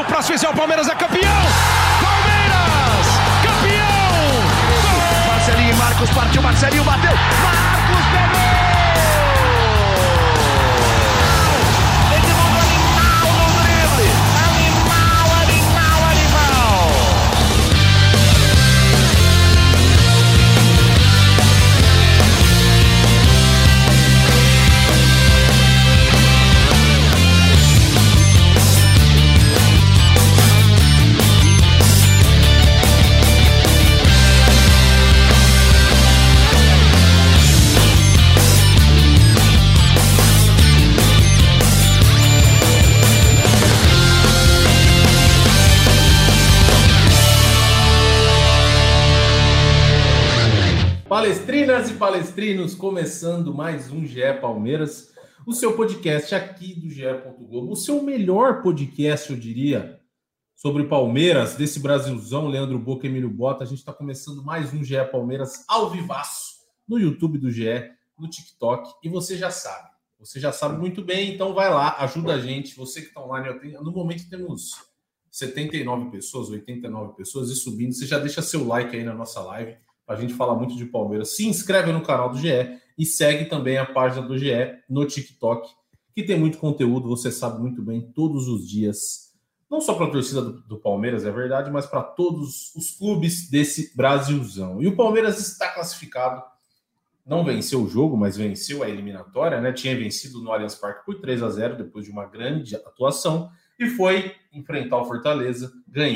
o próximo é o Palmeiras é campeão! Palmeiras! Campeão! Marcelinho e Marcos, partiu Marcelinho, bateu! Marcos pegou! Edmundo animal no drible! Animal, animal, animal! Palestrinas e palestrinos, começando mais um GE Palmeiras, o seu podcast aqui do GE. Globo, o seu melhor podcast, eu diria, sobre Palmeiras, desse Brasilzão, Leandro Boca, Emílio Bota. A gente está começando mais um GE Palmeiras ao vivaço, no YouTube do GE, no TikTok, e você já sabe muito bem, então vai lá, ajuda a gente, você que está online, no momento temos 79 pessoas, 89 pessoas, e subindo, você já deixa seu like aí na nossa live, a gente fala muito de Palmeiras. Se inscreve no canal do GE e segue também a página do GE no TikTok, que tem muito conteúdo, você sabe muito bem, todos os dias. Não só para a torcida do Palmeiras, é verdade, mas para todos os clubes desse Brasilzão. E o Palmeiras está classificado, não venceu o jogo, mas venceu a eliminatória, né? Tinha vencido no Allianz Parque por 3-0, depois de uma grande atuação, e foi enfrentar o Fortaleza,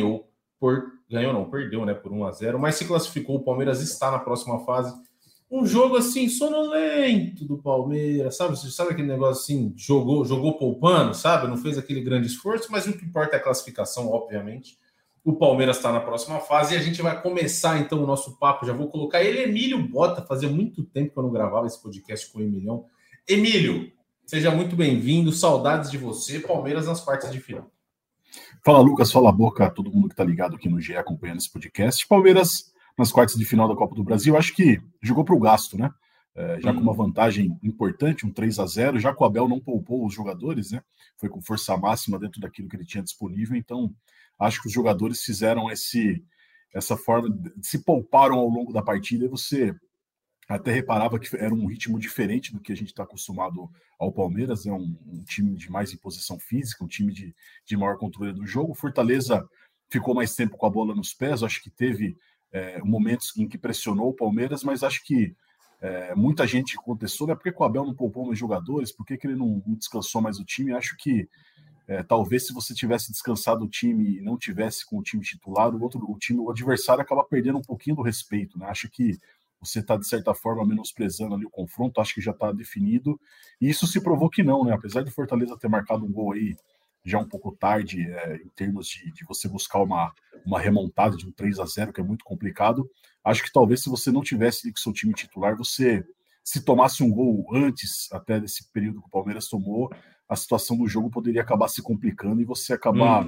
perdeu, né, por 1-0, mas se classificou. O Palmeiras está na próxima fase. Um jogo assim, sonolento do Palmeiras, sabe? Você sabe aquele negócio assim, jogou poupando, sabe? Não fez aquele grande esforço, mas o que importa é a classificação, obviamente. O Palmeiras está na próxima fase e a gente vai começar então o nosso papo. Já vou colocar ele, Emílio Bota. Fazia muito tempo que eu não gravava esse podcast com o Emilhão. Emílio, seja muito bem-vindo, saudades de você. Palmeiras nas quartas de final. Fala, Lucas, fala, Boca, todo mundo que está ligado aqui no GE acompanhando esse podcast. Palmeiras nas quartas de final da Copa do Brasil, acho que jogou para o gasto, né? Já com uma vantagem importante, um 3-0, já que o Abel não poupou os jogadores, né? Foi com força máxima dentro daquilo que ele tinha disponível, então acho que os jogadores fizeram essa forma, se pouparam ao longo da partida, e você até reparava que era um ritmo diferente do que a gente está acostumado ao Palmeiras, é um time de mais imposição física, um time de maior controle do jogo. O Fortaleza ficou mais tempo com a bola nos pés, acho que teve momentos em que pressionou o Palmeiras, mas acho que muita gente contestou, né? Por que o Abel não poupou mais jogadores? Por que ele não descansou mais o time? Acho que talvez se você tivesse descansado o time e não tivesse com o time titular, o adversário acaba perdendo um pouquinho do respeito, né? Acho que você está, de certa forma, menosprezando ali o confronto, acho que já está definido, e isso se provou que não, né? Apesar de Fortaleza ter marcado um gol aí já um pouco tarde, em termos de você buscar uma remontada de um 3-0, que é muito complicado, acho que talvez se você não tivesse ali com seu time titular, você, se tomasse um gol antes, até desse período que o Palmeiras tomou, a situação do jogo poderia acabar se complicando e você acabar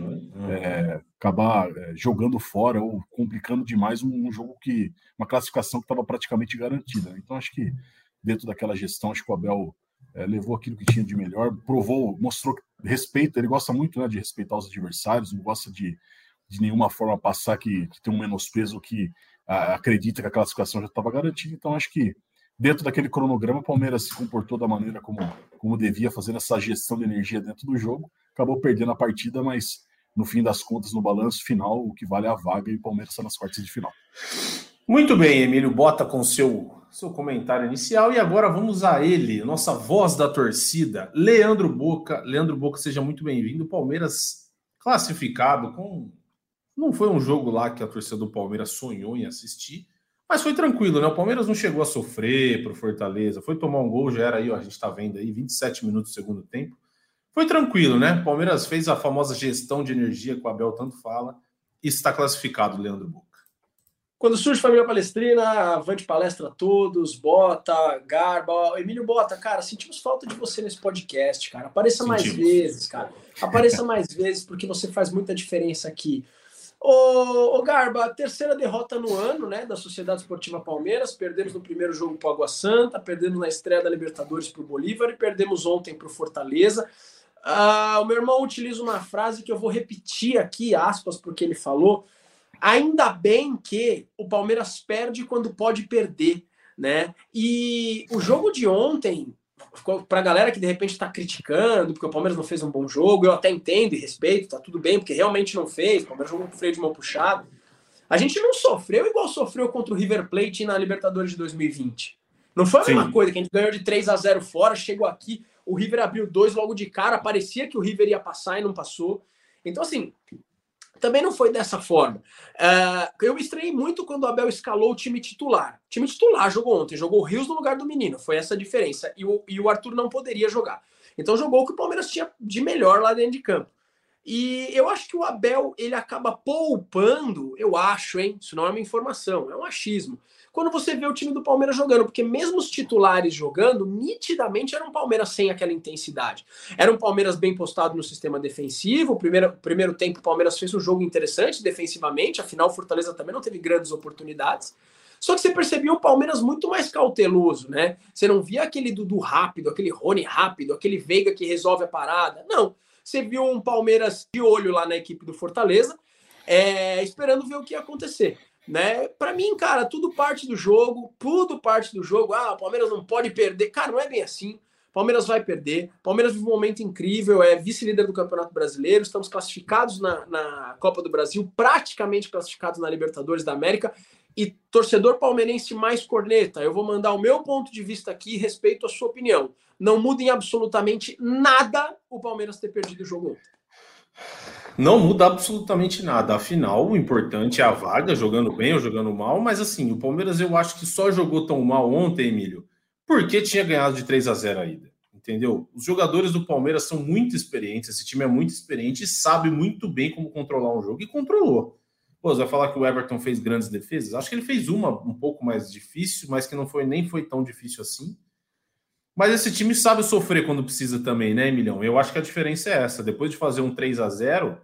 jogando fora ou complicando demais um jogo uma classificação que estava praticamente garantida. Então acho que dentro daquela gestão, acho que o Abel levou aquilo que tinha de melhor, mostrou respeito, ele gosta muito, né, de respeitar os adversários, não gosta de nenhuma forma passar que tem um menosprezo, que acredita que a classificação já estava garantida. Então acho que dentro daquele cronograma, o Palmeiras se comportou da maneira como devia, fazendo essa gestão de energia dentro do jogo, acabou perdendo a partida, mas no fim das contas, no balanço final, o que vale é a vaga, e o Palmeiras está nas quartas de final. Muito bem, Emílio Bota, com seu comentário inicial, e agora vamos a ele, nossa voz da torcida, Leandro Boca. Leandro Boca, seja muito bem-vindo. O Palmeiras classificado não foi um jogo lá que a torcida do Palmeiras sonhou em assistir, mas foi tranquilo, né? O Palmeiras não chegou a sofrer pro Fortaleza, foi tomar um gol, já era aí, ó, a gente tá vendo aí, 27 minutos do segundo tempo. Foi tranquilo, né? O Palmeiras fez a famosa gestão de energia que o Abel tanto fala e está classificado, Leandro Boca. Quando surge Família Palestrina, avante palestra a todos, Bota, Garba, Emílio Bota, cara, sentimos falta de você nesse podcast, cara. Apareça mais vezes, cara. Apareça mais vezes, porque você faz muita diferença aqui. Ô Garba, a terceira derrota no ano, né, da Sociedade Esportiva Palmeiras. Perdemos no primeiro jogo para o Água Santa, perdemos na estreia da Libertadores para o Bolívar e perdemos ontem para o Fortaleza. O meu irmão utiliza uma frase que eu vou repetir aqui, aspas, porque ele falou: ainda bem que o Palmeiras perde quando pode perder, né? E o jogo de ontem, para a galera que de repente está criticando porque o Palmeiras não fez um bom jogo, eu até entendo e respeito, tá tudo bem, porque realmente não fez, o Palmeiras jogou com freio de mão puxado. A gente não sofreu igual sofreu contra o River Plate na Libertadores de 2020. Não foi a mesma coisa, que a gente ganhou de 3-0 fora, chegou aqui, o River abriu 2 logo de cara, parecia que o River ia passar e não passou. Então, assim, também não foi dessa forma. Eu me estranhei muito quando o Abel escalou o time titular. O time titular jogou ontem, jogou o Rios no lugar do Menino, foi essa a diferença. E o Arthur não poderia jogar. Então jogou o que o Palmeiras tinha de melhor lá dentro de campo. E eu acho que o Abel, ele acaba poupando, eu acho, hein? Isso não é uma informação, é um achismo. Quando você vê o time do Palmeiras jogando, porque mesmo os titulares jogando, nitidamente era um Palmeiras sem aquela intensidade. Era um Palmeiras bem postado no sistema defensivo. Primeiro tempo o Palmeiras fez um jogo interessante defensivamente, afinal o Fortaleza também não teve grandes oportunidades. Só que você percebia um Palmeiras muito mais cauteloso, né? Você não via aquele Dudu rápido, aquele Rony rápido, aquele Veiga que resolve a parada. Não. Você viu um Palmeiras de olho lá na equipe do Fortaleza, esperando ver o que ia acontecer. Né? Para mim, cara, tudo parte do jogo. O Palmeiras não pode perder. Cara, não é bem assim. O Palmeiras vai perder. O Palmeiras vive um momento incrível, é vice-líder do Campeonato Brasileiro. Estamos classificados na Copa do Brasil, praticamente classificados na Libertadores da América. E torcedor palmeirense mais corneta, eu vou mandar o meu ponto de vista aqui, respeito a sua opinião. Não muda em absolutamente nada o Palmeiras ter perdido o jogo ontem. Não muda absolutamente nada. Afinal, o importante é a vaga, jogando bem ou jogando mal. Mas assim, o Palmeiras eu acho que só jogou tão mal ontem, Emílio, porque tinha ganhado de 3-0 ainda. Entendeu? Os jogadores do Palmeiras são muito experientes, esse time é muito experiente e sabe muito bem como controlar um jogo. E controlou. Pô, você vai falar que o Everton fez grandes defesas? Acho que ele fez uma um pouco mais difícil, mas que nem foi tão difícil assim. Mas esse time sabe sofrer quando precisa também, né, Emilhão? Eu acho que a diferença é essa. Depois de fazer um 3-0,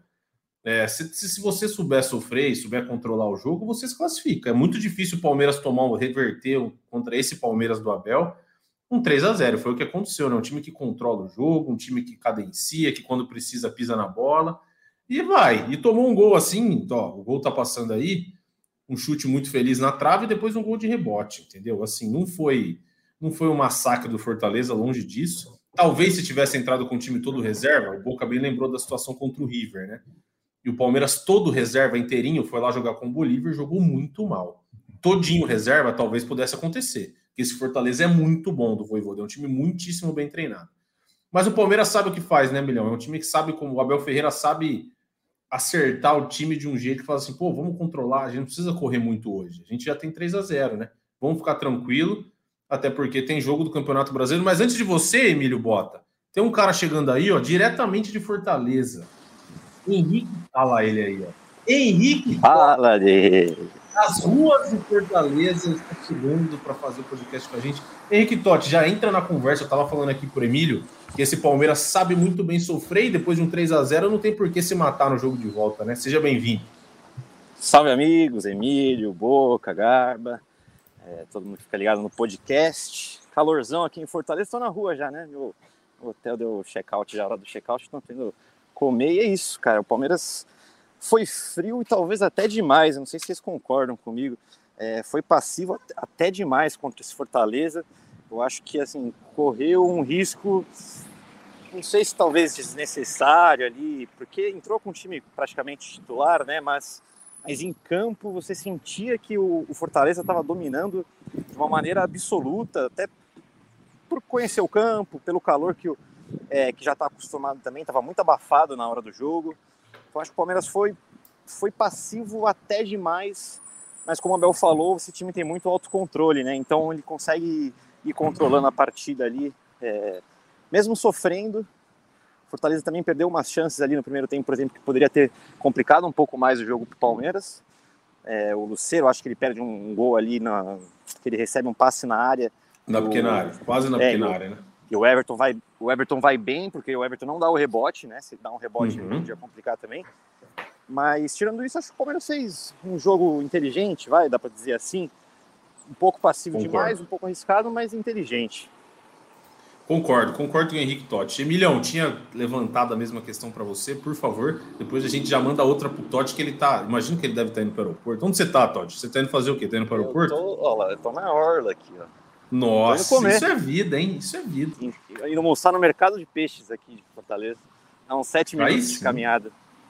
se você souber sofrer e souber controlar o jogo, você se classifica. É muito difícil o Palmeiras reverter contra esse Palmeiras do Abel um 3-0. Foi o que aconteceu, né? Um time que controla o jogo, um time que cadencia, que quando precisa pisa na bola. E vai. E tomou um gol assim, ó, o gol tá passando aí, um chute muito feliz na trave e depois um gol de rebote, entendeu? Assim, não foi um massacre do Fortaleza, longe disso. Talvez se tivesse entrado com o time todo reserva, o Boca bem lembrou da situação contra o River, né? E o Palmeiras todo reserva inteirinho foi lá jogar com o Bolívar e jogou muito mal. Todinho reserva talvez pudesse acontecer, porque esse Fortaleza é muito bom do Vojvoda, é um time muitíssimo bem treinado. Mas o Palmeiras sabe o que faz, né, Milhão? É um time que sabe, como o Abel Ferreira sabe acertar o time de um jeito que fala assim, pô, vamos controlar, a gente não precisa correr muito hoje. A gente já tem 3-0, né? Vamos ficar tranquilo, até porque tem jogo do Campeonato Brasileiro. Mas antes de você, Emílio Bota, tem um cara chegando aí, ó, diretamente de Fortaleza. Henrique, olha lá ele aí, ó. Henrique, fala dele. As ruas de Fortaleza está chegando para fazer o podcast com a gente. Henrique Totti, já entra na conversa. Eu estava falando aqui por Emílio que esse Palmeiras sabe muito bem sofrer e depois de um 3-0 não tem por que se matar no jogo de volta, né? Seja bem-vindo. Salve, amigos. Emílio, Boca, Garba. Todo mundo fica ligado no podcast. Calorzão aqui em Fortaleza. Estou na rua já, né? Meu hotel deu check-out, já a hora do check-out. Estou tendo comer e é isso, cara. O Palmeiras foi frio e talvez até demais. Eu não sei se vocês concordam comigo. Foi passivo até demais contra esse Fortaleza. Eu acho que, assim, correu um risco, não sei se talvez desnecessário ali, porque entrou com um time praticamente titular, né? Mas em campo você sentia que o Fortaleza estava dominando de uma maneira absoluta, até por conhecer o campo, pelo calor que já está acostumado também, estava muito abafado na hora do jogo. Então acho que o Palmeiras foi passivo até demais, mas como o Abel falou, esse time tem muito autocontrole, né? Então ele consegue ir controlando a partida ali, mesmo sofrendo. O Fortaleza também perdeu umas chances ali no primeiro tempo, por exemplo, que poderia ter complicado um pouco mais o jogo para o Palmeiras. O Lucero, acho que ele perde um gol ali, que ele recebe um passe na área. Na pequena área, quase na pequena área, né? E o Everton vai bem, porque o Everton não dá o rebote, né? Se dá um rebote, podia complicar também. Mas, tirando isso, acho que o Palmeiras fez um jogo inteligente, dá para dizer assim. Um pouco passivo demais, um pouco arriscado, mas inteligente. Concordo com o Henrique Totti. Emilhão, tinha levantado a mesma questão para você, por favor. Depois a gente já manda outra pro Totti, que ele tá. Imagino que ele deve estar indo para o aeroporto. Onde você tá, Totti? Você tá indo fazer o quê? Tá indo para o aeroporto? Eu tô na orla aqui, ó. Nossa, isso é vida, hein? Isso é vida. Indo almoçar no mercado de peixes aqui de Fortaleza. Há uns 7 minutos de caminhada.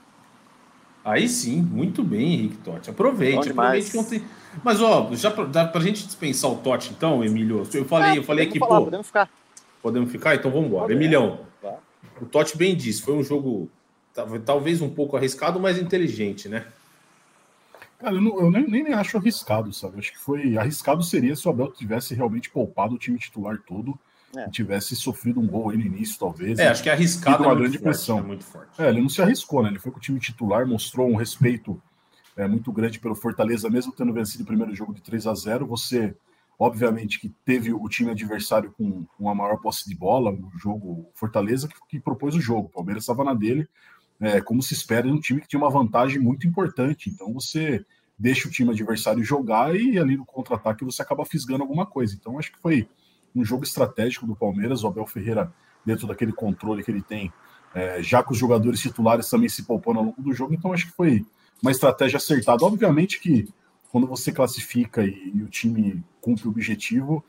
Aí sim, muito bem, Henrique Totti. Aproveite que ontem. Mas, já dá pra gente dispensar o Totti, então, Emílio? Eu falei que, podemos ficar. Podemos ficar? Então vamos embora. Emilhão, o Totti bem disse, foi um jogo talvez um pouco arriscado, mas inteligente, né? Cara, eu nem acho arriscado, sabe? Acho que foi arriscado seria se o Abel tivesse realmente poupado o time titular todo e tivesse sofrido um gol aí no início, talvez. Acho que arriscado uma grande pressão. É muito forte. Ele não se arriscou, né? Ele foi com o time titular, mostrou um respeito muito grande pelo Fortaleza, mesmo tendo vencido o primeiro jogo de 3-0. Você, obviamente, que teve o time adversário com uma maior posse de bola, o jogo Fortaleza que propôs o jogo. O Palmeiras estava na dele, como se espera, um time que tinha uma vantagem muito importante. Então você deixa o time adversário jogar e ali no contra-ataque você acaba fisgando alguma coisa. Então acho que foi um jogo estratégico do Palmeiras, o Abel Ferreira, dentro daquele controle que ele tem, já com os jogadores titulares também se poupando ao longo do jogo. Então acho que foi uma estratégia acertada. Obviamente que quando você classifica e o time cumpre o objetivo,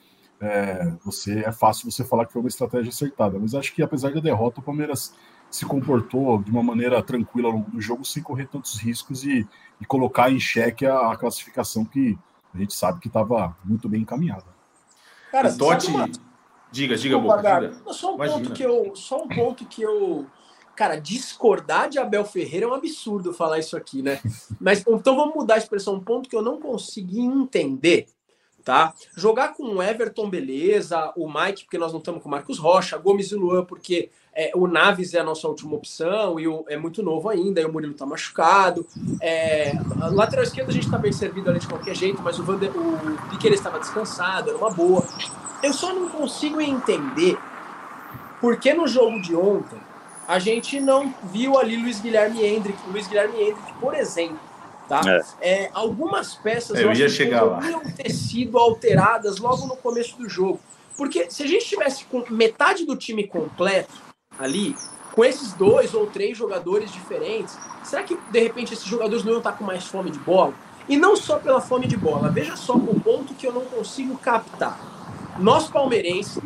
é fácil você falar que foi uma estratégia acertada. Mas acho que apesar da derrota, o Palmeiras se comportou de uma maneira tranquila ao longo do jogo, sem correr tantos riscos e colocar em xeque a classificação que a gente sabe que estava muito bem encaminhada. Cara, Totti, diga, Boca, diga. Só um ponto que eu... Cara, discordar de Abel Ferreira é um absurdo falar isso aqui, né? Mas então vamos mudar a expressão. Um ponto que eu não consegui entender, tá? Jogar com o Everton, beleza. O Mike, porque nós não estamos com o Marcos Rocha. Gomes e Luan, porque o Naves é a nossa última opção e é muito novo ainda. E o Murilo tá machucado. Lateral esquerdo a gente tá bem servido ali de qualquer jeito, mas o Piqueires estava descansado, era uma boa. Eu só não consigo entender por que no jogo de ontem a gente não viu ali Luiz Guilherme Hendrick, por exemplo, tá? Algumas peças eu ia chegar lá, poderiam ter sido alteradas logo no começo do jogo. Porque se a gente tivesse com metade do time completo ali, com esses 2 ou 3 jogadores diferentes, será que de repente esses jogadores não iam estar com mais fome de bola? E não só pela fome de bola, veja só o ponto que eu não consigo captar. Nós palmeirenses,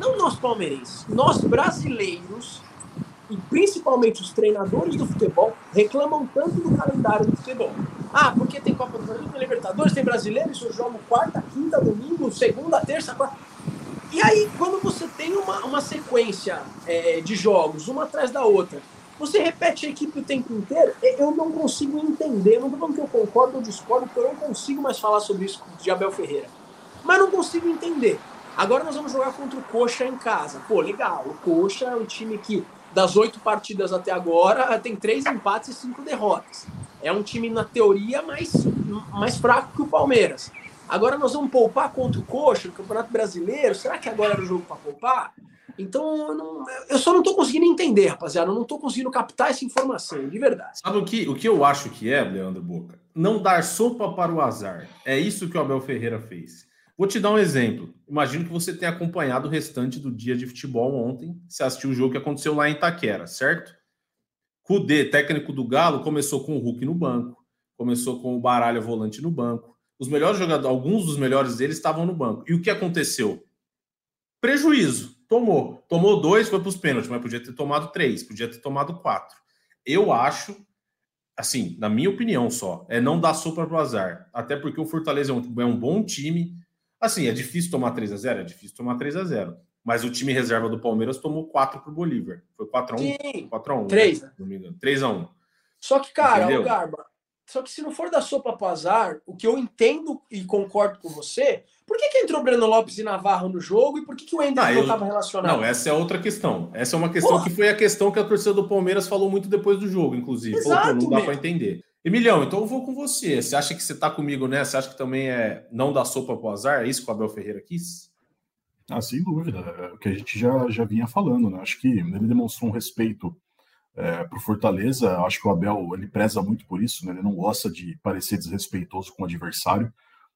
nós brasileiros, e principalmente os treinadores do futebol, reclamam tanto do calendário do futebol. Porque tem Copa do Brasil, tem Libertadores, tem Brasileiro, isso eu jogo quarta, quinta, domingo, segunda, terça, quarta. E aí, quando você tem uma sequência de jogos, uma atrás da outra, você repete a equipe o tempo inteiro, eu não consigo entender, não estou falando que eu concordo ou discordo, porque eu não consigo mais falar sobre isso de Abel Ferreira. Mas não consigo entender. Agora nós vamos jogar contra o Coxa em casa. Pô, legal, o Coxa é um time que das 8 partidas até agora, tem 3 empates e 5 derrotas. É um time, na teoria, mais fraco que o Palmeiras. Agora nós vamos poupar contra o Coxa, no Campeonato Brasileiro. Será que agora era o jogo para poupar? Então, eu só não estou conseguindo entender, rapaziada. Eu não estou conseguindo captar essa informação, de verdade. Sabe o que eu acho que é, Leandro Boca? Não dar sopa para o azar. É isso que o Abel Ferreira fez. Vou te dar um exemplo. Imagino que você tenha acompanhado o restante do dia de futebol ontem. Você assistiu o jogo que aconteceu lá em Itaquera, certo? Kudê, técnico do Galo, começou com o Hulk no banco. Começou com o Baralha volante no banco. Os melhores jogadores, alguns dos melhores deles estavam no banco. E o que aconteceu? Prejuízo. Tomou 2, foi para os pênaltis, mas podia ter tomado 3, podia ter tomado 4. Eu acho, assim, na minha opinião só, não dar sopa para o azar. Até porque o Fortaleza é um bom time. Assim, é difícil tomar 3-0? É difícil tomar 3-0. Mas o time reserva do Palmeiras tomou 4 pro Bolívar. Foi 4-1? 4-1. 3, né? Não me engano. 3-1. Só que, cara, o Garba, só que se não for dar sopa pro azar, o que eu entendo e concordo com você, por que entrou Breno Lopes e Navarro no jogo e por que o Ender não estava relacionado? Não, essa é outra questão. Essa é uma questão que foi a questão que a torcida do Palmeiras falou muito depois do jogo, inclusive. Exato, não dá para entender. Emilhão, então eu vou com você. Você acha que você está comigo, né? Você acha que também não dar sopa pro azar? É isso que o Abel Ferreira quis? Sem dúvida. É o que a gente já vinha falando, né? Acho que ele demonstrou um respeito para o Fortaleza. Acho que o Abel ele preza muito por isso, né? Ele não gosta de parecer desrespeitoso com o adversário.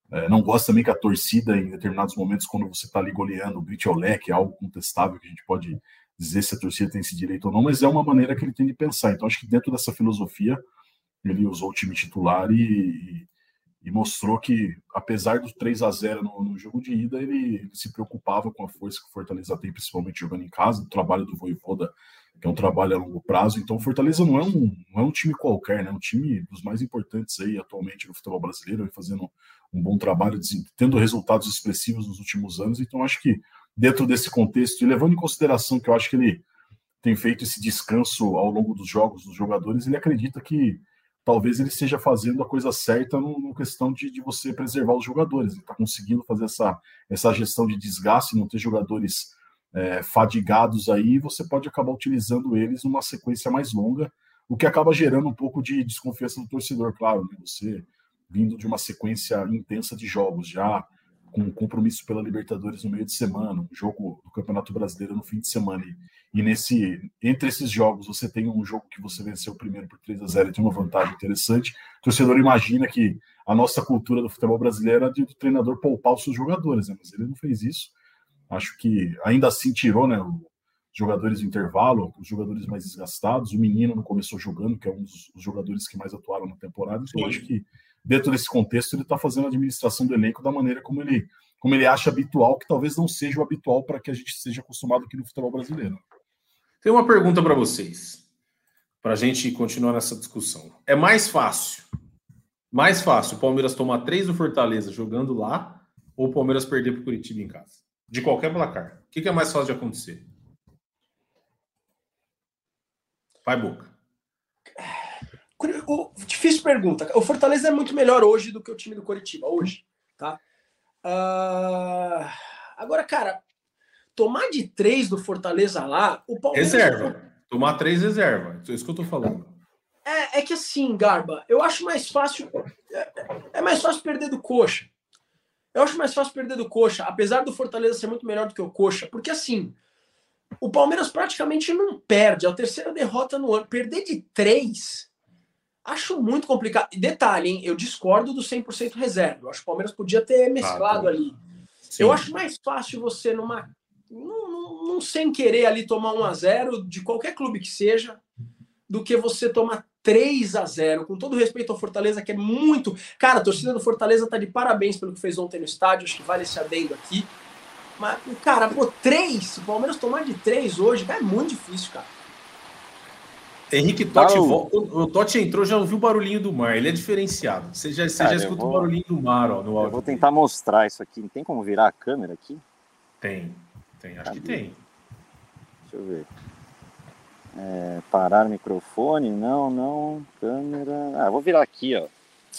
Não gosto também que a torcida, em determinados momentos, quando você está ali goleando, grite ao leque, é algo contestável que a gente pode dizer se a torcida tem esse direito ou não, mas é uma maneira que ele tem de pensar. Então, acho que dentro dessa filosofia, ele usou o time titular e mostrou que, apesar do 3-0 no jogo de ida, ele se preocupava com a força que o Fortaleza tem, principalmente jogando em casa, o trabalho do Vojvoda, que é um trabalho a longo prazo. Então, o Fortaleza não é um time qualquer, né? É um time dos mais importantes aí atualmente no futebol brasileiro, fazendo um bom trabalho, tendo resultados expressivos nos últimos anos. Então, acho que dentro desse contexto, e levando em consideração que eu acho que ele tem feito esse descanso ao longo dos jogos dos jogadores, ele acredita que talvez ele esteja fazendo a coisa certa no questão de você preservar os jogadores. Ele está conseguindo fazer essa gestão de desgaste, não ter jogadores fadigados aí, você pode acabar utilizando eles numa sequência mais longa, o que acaba gerando um pouco de desconfiança do torcedor, claro, né? Você vindo de uma sequência intensa de jogos, já com compromisso pela Libertadores no meio de semana, um jogo do Campeonato Brasileiro no fim de semana, e entre esses jogos você tem um jogo que você venceu primeiro por 3-0 e tem uma vantagem interessante, o torcedor imagina que a nossa cultura do futebol brasileiro é de do treinador poupar os seus jogadores, né? Mas ele não fez isso. Acho que ainda assim tirou, né, os jogadores do intervalo, os jogadores mais desgastados. O menino não começou jogando, que é um dos jogadores que mais atuaram na temporada. Então, acho que dentro desse contexto ele está fazendo a administração do elenco da maneira como ele acha habitual, que talvez não seja o habitual para que a gente seja acostumado aqui no futebol brasileiro. Tem uma pergunta para vocês, para a gente continuar nessa discussão. É mais fácil o Palmeiras tomar 3 do Fortaleza jogando lá ou o Palmeiras perder para o Curitiba em casa? De qualquer placar. O que é mais fácil de acontecer? Vai, Boca. Difícil pergunta. O Fortaleza é muito melhor hoje do que o time do Coritiba, hoje, tá? Agora, cara, tomar de 3 do Fortaleza lá, o Palmeiras... Reserva. Tomar 3 reserva. É isso que eu tô falando. É que assim, Garba, eu acho mais fácil... É mais fácil perder do Coxa. Eu acho mais fácil perder do Coxa, apesar do Fortaleza ser muito melhor do que o Coxa, porque assim, o Palmeiras praticamente não perde, é a terceira derrota no ano. Perder de 3, acho muito complicado. E detalhe, hein, eu discordo do 100% reserva. Eu acho que o Palmeiras podia ter mesclado ali. Sim. Eu acho mais fácil você, num sem querer ali, tomar 1-0 de qualquer clube que seja, do que você tomar 3-0, com todo respeito ao Fortaleza, que é muito... Cara, a torcida do Fortaleza tá de parabéns pelo que fez ontem no estádio, acho que vale esse adendo aqui. Mas, cara, 3, o Palmeiras tomar de 3 hoje, cara, é muito difícil, cara. Henrique Totti volta. O Totti entrou, já ouviu o barulhinho do mar, ele é diferenciado. Você já escuta o barulhinho do mar, ó, no áudio. Eu vou tentar mostrar isso aqui. Tem como virar a câmera aqui? Tem, acho que tem. Deixa eu ver. Parar o microfone, não, câmera. Vou virar aqui, ó.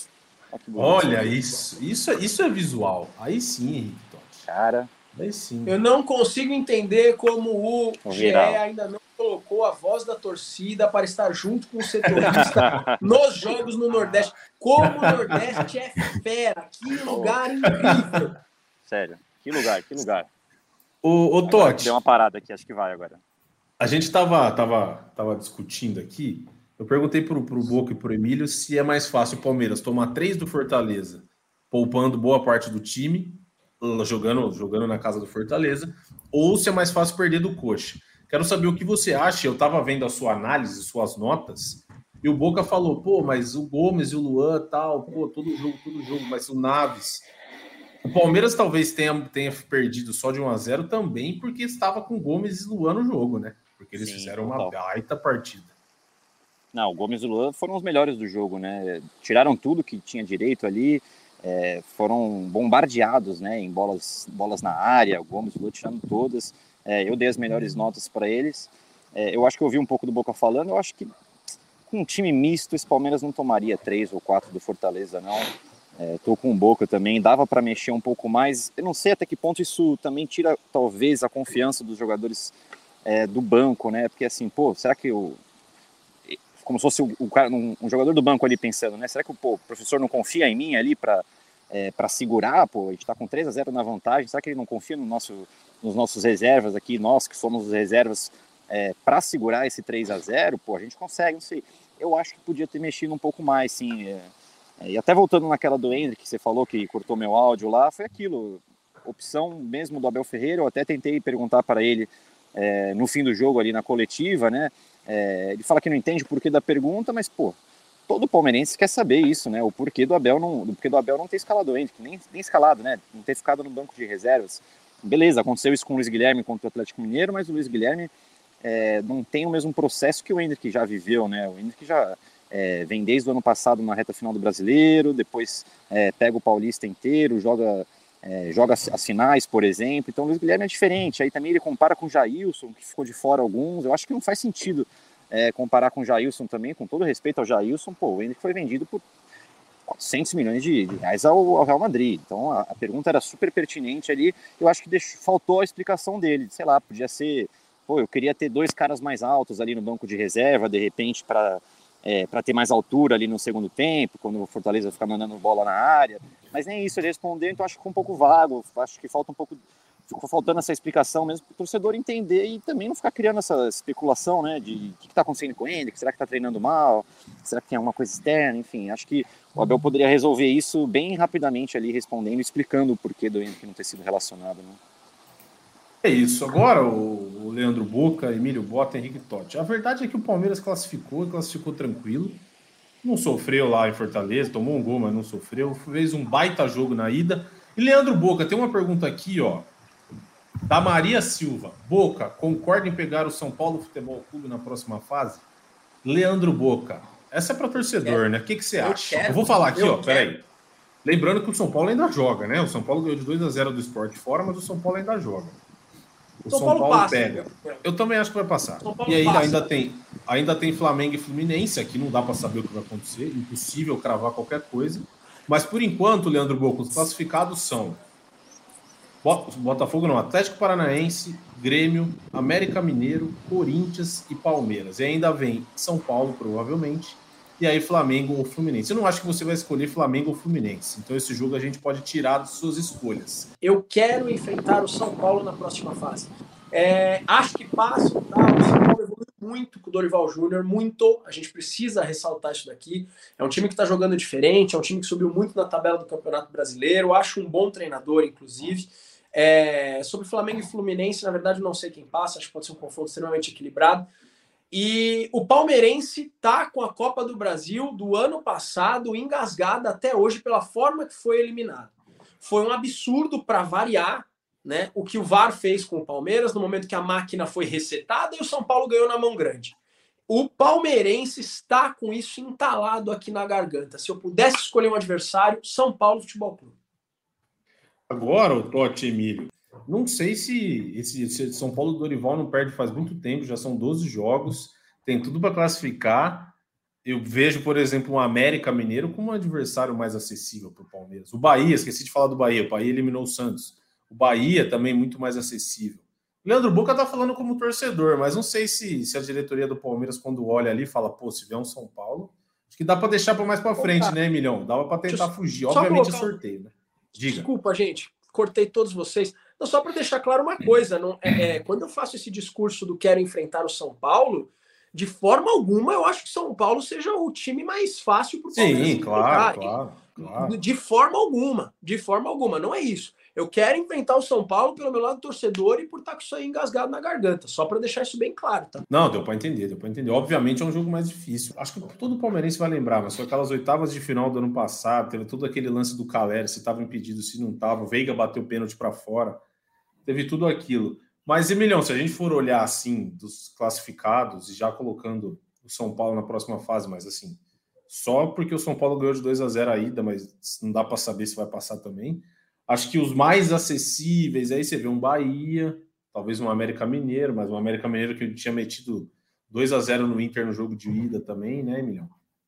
Olha isso é visual. Aí sim, Henrique Totti. Cara, aí sim. Eu não consigo entender como o GE ainda não colocou a voz da torcida para estar junto com o setorista nos jogos no Nordeste. Como o Nordeste é fera, que lugar incrível. Sério, que lugar. Ô Totti. Deu uma parada aqui, acho que vai agora. A gente tava discutindo aqui, eu perguntei pro Boca e pro Emílio se é mais fácil o Palmeiras tomar 3 do Fortaleza, poupando boa parte do time, jogando na casa do Fortaleza, ou se é mais fácil perder do Coxa. Quero saber o que você acha. Eu tava vendo a sua análise, suas notas, e o Boca falou, mas o Gomes e o Luan tal, todo jogo, mas o Naves... O Palmeiras talvez tenha perdido só de 1-0 também porque estava com Gomes e Luan no jogo, né? Porque eles fizeram uma baita partida. Não, o Gomes e o Luan foram os melhores do jogo, né? Tiraram tudo que tinha direito ali, foram bombardeados, né, em bolas na área. O Gomes e o Luan tiraram todas. Eu dei as melhores notas para eles. Eu acho que eu ouvi um pouco do Boca falando. Eu acho que com um time misto, esse Palmeiras não tomaria 3 ou 4 do Fortaleza, não. Tô com o Boca também, dava para mexer um pouco mais. Eu não sei até que ponto isso também tira, talvez, a confiança dos jogadores do banco, né? Porque assim, será que como se fosse um jogador do banco ali pensando, né? Será que o professor não confia em mim ali para segurar? A gente tá com 3-0 na vantagem, será que ele não confia nos nossos reservas aqui, nós que somos os reservas, para segurar esse 3-0? A gente consegue, não sei. Eu acho que podia ter mexido um pouco mais, sim. E até voltando naquela do Hendrick, que você falou que cortou meu áudio lá, foi aquilo, opção mesmo do Abel Ferreira. Eu até tentei perguntar para ele no fim do jogo ali na coletiva, né? Ele fala que não entende o porquê da pergunta, mas, pô, todo palmeirense quer saber isso, né? O porquê do Abel não ter escalado o Hendrick, nem escalado, né? Não ter ficado no banco de reservas. Beleza, aconteceu isso com o Luiz Guilherme contra o Atlético Mineiro, mas o Luiz Guilherme não tem o mesmo processo que o Hendrick já viveu, né? O Hendrick já vem desde o ano passado na reta final do Brasileiro, depois pega o Paulista inteiro, joga as finais, por exemplo. Então o Luiz Guilherme é diferente. Aí também ele compara com o Jailson, que ficou de fora alguns. Eu acho que não faz sentido comparar com o Jailson também, com todo respeito ao Jailson. Pô, o Hendrick foi vendido por 400 milhões de reais ao Real Madrid. Então a pergunta era super pertinente ali. Eu acho que faltou a explicação dele. Sei lá, podia ser... Pô, eu queria ter 2 caras mais altos ali no banco de reserva, de repente, para ter mais altura ali no segundo tempo, quando o Fortaleza ficar mandando bola na área. Mas nem isso ele respondeu, então acho que ficou um pouco vago. Acho que ficou faltando essa explicação mesmo para o torcedor entender e também não ficar criando essa especulação, né, de o que está acontecendo com ele, será que está treinando mal, será que tem alguma coisa externa, enfim. Acho que o Abel poderia resolver isso bem rapidamente ali, respondendo, explicando o porquê do Henrique não ter sido relacionado, né? É isso. Agora o Leandro Boca, Emílio Bota, Henrique Totti. A verdade é que o Palmeiras classificou tranquilo. Não sofreu lá em Fortaleza, tomou um gol, mas não sofreu. Fez um baita jogo na ida. E Leandro Boca, tem uma pergunta aqui, ó, da Maria Silva. Boca, concorda em pegar o São Paulo Futebol Clube na próxima fase? Leandro Boca, essa é para torcedor, né? O que você acha? Eu vou falar aqui, ó, peraí. Lembrando que o São Paulo ainda joga, né? O São Paulo ganhou de 2-0 do Sport fora, mas o São Paulo ainda joga. O São Paulo passa, pega. Eu também acho que vai passar. E aí ainda tem Flamengo e Fluminense. Aqui não dá para saber o que vai acontecer. Impossível cravar qualquer coisa. Mas por enquanto, Leandro Boca, os classificados são Botafogo não, Atlético Paranaense, Grêmio, América Mineiro, Corinthians e Palmeiras. E ainda vem São Paulo, provavelmente. E aí Flamengo ou Fluminense. Eu não acho que você vai escolher Flamengo ou Fluminense. Então esse jogo a gente pode tirar de suas escolhas. Eu quero enfrentar o São Paulo na próxima fase. Acho que passa, tá? O São Paulo evoluiu muito com o Dorival Júnior, muito. A gente precisa ressaltar isso daqui. É um time que está jogando diferente, é um time que subiu muito na tabela do Campeonato Brasileiro. Acho um bom treinador, inclusive. Sobre Flamengo e Fluminense, na verdade, não sei quem passa. Acho que pode ser um confronto extremamente equilibrado. E o palmeirense está com a Copa do Brasil do ano passado engasgada até hoje pela forma que foi eliminado. Foi um absurdo para variar, né, o que o VAR fez com o Palmeiras no momento que a máquina foi resetada e o São Paulo ganhou na mão grande. O palmeirense está com isso entalado aqui na garganta. Se eu pudesse escolher um adversário, São Paulo Futebol Clube. Agora, o Totti, Emílio, não sei se esse São Paulo do Dorival não perde faz muito tempo, já são 12 jogos, tem tudo para classificar. Eu vejo, por exemplo, o América Mineiro como um adversário mais acessível para o Palmeiras. O Bahia, esqueci de falar do Bahia, o Bahia eliminou o Santos. O Bahia também muito mais acessível. O Leandro Boca está falando como torcedor, mas não sei se a diretoria do Palmeiras, quando olha ali, fala, pô, se vier um São Paulo, acho que dá para deixar para mais para frente, né, Emilhão? Dava para tentar fugir. Obviamente é sorteio, né? Diga. Desculpa, gente, cortei todos vocês. Não, só para deixar claro uma coisa, quando eu faço esse discurso do quero enfrentar o São Paulo, de forma alguma eu acho que São Paulo seja o time mais fácil para o Palmeiras. Sim, claro. De forma alguma, não é isso. Eu quero enfrentar o São Paulo pelo meu lado torcedor e por estar com isso aí engasgado na garganta, só para deixar isso bem claro, tá? Não, deu para entender. Obviamente é um jogo mais difícil. Acho que todo palmeirense vai lembrar, mas foi aquelas oitavas de final do ano passado, teve todo aquele lance do Calera, se estava impedido, se não estava, o Veiga bateu o pênalti para fora, teve tudo aquilo. Mas, Emilhão, se a gente for olhar assim, dos classificados, e já colocando o São Paulo na próxima fase, mas assim, só porque o São Paulo ganhou de 2-0 a ida, mas não dá para saber se vai passar também. Acho que os mais acessíveis, aí você vê um Bahia, talvez um América Mineiro, mas um América Mineiro que tinha metido 2-0 no Inter no jogo de ida também, né, Emilhão?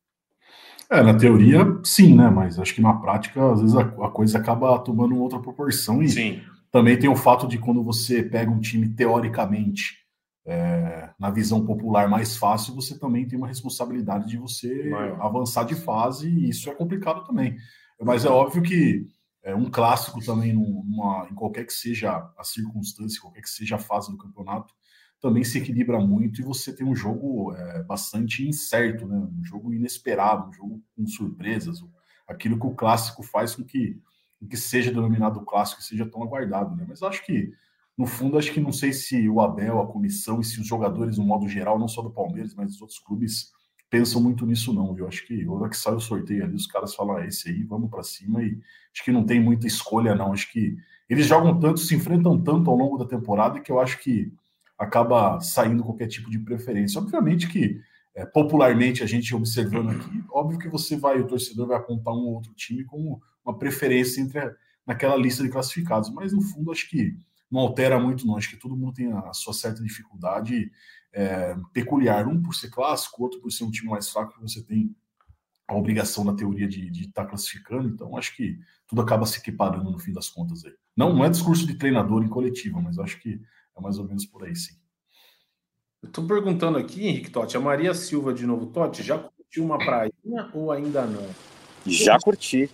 Na teoria, sim, né? Mas acho que na prática, às vezes, a coisa acaba tomando outra proporção. E sim, também tem o fato de quando você pega um time, teoricamente, na visão popular mais fácil, você também tem uma responsabilidade de você avançar de fase, e isso é complicado também. Mas é óbvio que um clássico também, em qualquer que seja a circunstância, qualquer que seja a fase do campeonato, também se equilibra muito e você tem um jogo bastante incerto, né? Um jogo inesperado, um jogo com surpresas. aquilo que o clássico faz com que seja denominado clássico, que seja tão aguardado, né? Mas acho que, no fundo, acho que não sei se o Abel, a comissão e se os jogadores, no modo geral, não só do Palmeiras, mas dos outros clubes, pensam muito nisso não, viu? Acho que, na hora que sai o sorteio ali, os caras falam, esse aí, vamos para cima, e acho que não tem muita escolha não, acho que eles jogam tanto, se enfrentam tanto ao longo da temporada, que eu acho que acaba saindo qualquer tipo de preferência. Obviamente que, popularmente, a gente observando aqui, óbvio que o torcedor vai apontar um ou outro time como uma preferência naquela lista de classificados, mas no fundo acho que não altera muito não, acho que todo mundo tem a sua certa dificuldade peculiar, um por ser clássico, outro por ser um time mais fraco, que você tem a obrigação na teoria de estar classificando, então acho que tudo acaba se equiparando no fim das contas aí. Não é discurso de treinador em coletiva, mas acho que é mais ou menos por aí, sim. Eu tô perguntando aqui, Henrique Totti, a Maria Silva de novo, Totti, já curtiu uma prainha ou ainda não? Já curti.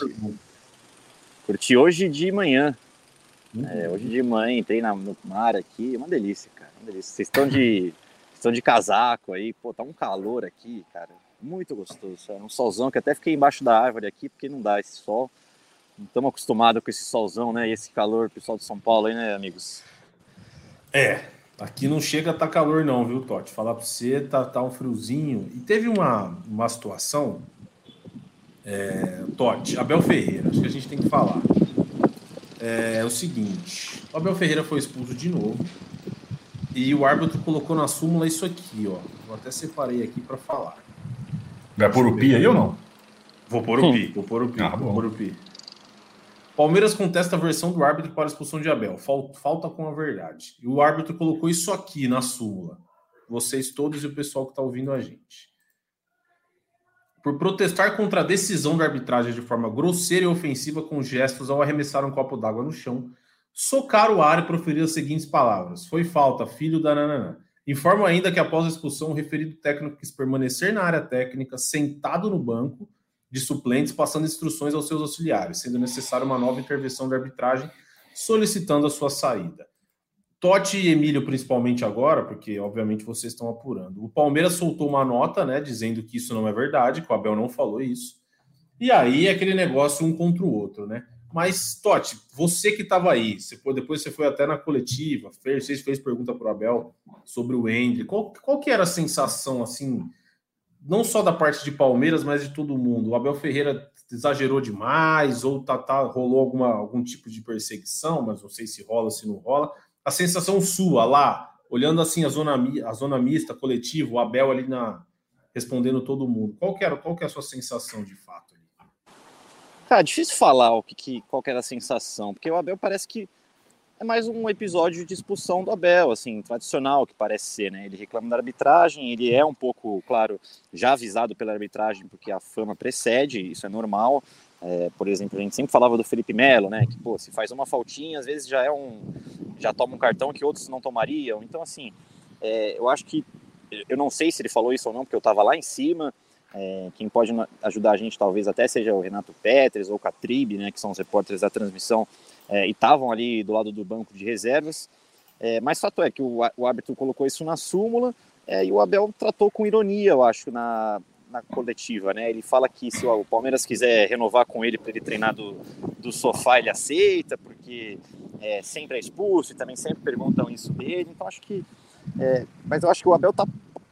Curti hoje de manhã. Hoje de manhã entrei no mar aqui, uma delícia, cara, uma delícia. Vocês estão de casaco aí, pô, tá um calor aqui, cara, muito gostoso, é um solzão que até fiquei embaixo da árvore aqui, porque não dá esse sol, não estamos acostumados com esse solzão, né, e esse calor, pessoal de São Paulo aí, né, amigos? Aqui não chega a tá calor não, viu, Totti? Falar pra você, tá um friozinho. E teve uma situação, Totti, Abel Ferreira, acho que a gente tem que falar. É o seguinte, o Abel Ferreira foi expulso de novo e o árbitro colocou na súmula isso aqui, ó. Eu até separei aqui para falar. Vai pôr o pi aí ou não? Vou pôr o pi. Palmeiras contesta a versão do árbitro para a expulsão de Abel. Falta com a verdade. E o árbitro colocou isso aqui na súmula. Vocês todos e o pessoal que está ouvindo a gente. Por protestar contra a decisão da arbitragem de forma grosseira e ofensiva com gestos ao arremessar um copo d'água no chão, socaram o ar e proferiram as seguintes palavras. Foi falta, filho da nananã. Informo ainda que após a expulsão, o referido técnico quis permanecer na área técnica, sentado no banco de suplentes, passando instruções aos seus auxiliares, sendo necessária uma nova intervenção da arbitragem, solicitando a sua saída. Totti e Emílio, principalmente agora, porque obviamente vocês estão apurando. O Palmeiras soltou uma nota, né, dizendo que isso não é verdade, que o Abel não falou isso. E aí é aquele negócio um contra o outro, né? Mas, Totti, você que estava aí, depois você foi até na coletiva, fez pergunta para o Abel sobre o Endrick. Qual que era a sensação, assim, não só da parte de Palmeiras, mas de todo mundo? O Abel Ferreira exagerou demais, ou rolou algum tipo de perseguição, mas não sei se rola, se não rola. A sensação sua lá, olhando assim a zona mista, coletiva, o Abel ali respondendo todo mundo, qual que é a sua sensação de fato? Cara, difícil falar qual que era a sensação, porque o Abel parece que é mais um episódio de expulsão do Abel, assim, tradicional que parece ser, né? Ele reclama da arbitragem, ele é um pouco, claro, já avisado pela arbitragem, porque a fama precede, isso é normal. Por exemplo, a gente sempre falava do Felipe Melo, né? Que, pô, se faz uma faltinha, às vezes já toma um cartão que outros não tomariam. Então, assim, eu acho que, eu não sei se ele falou isso ou não, porque eu estava lá em cima. Quem pode ajudar a gente talvez até seja o Renato Petres ou o Catribe, né? Que são os repórteres da transmissão e estavam ali do lado do banco de reservas. Mas fato é que o árbitro colocou isso na súmula e o Abel tratou com ironia, eu acho, na coletiva, né? Ele fala que se o Palmeiras quiser renovar com ele para ele treinar do sofá, ele aceita, porque sempre é expulso e também sempre perguntam isso dele. Então acho que mas eu acho que o Abel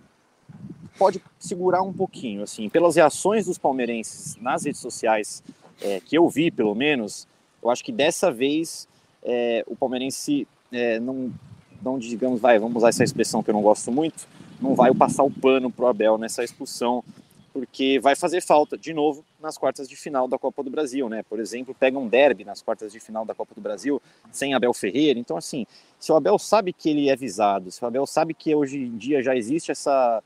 pode segurar um pouquinho, assim, pelas reações dos palmeirenses nas redes sociais que eu vi, pelo menos. Eu acho que dessa vez o palmeirense não digamos, vamos usar essa expressão que eu não gosto muito, não vai passar o pano pro Abel nessa expulsão, porque vai fazer falta, de novo, nas quartas de final da Copa do Brasil, né? Por exemplo, pega um derby nas quartas de final da Copa do Brasil sem Abel Ferreira. Então, assim, se o Abel sabe que ele é visado, se o Abel sabe que hoje em dia já existe essa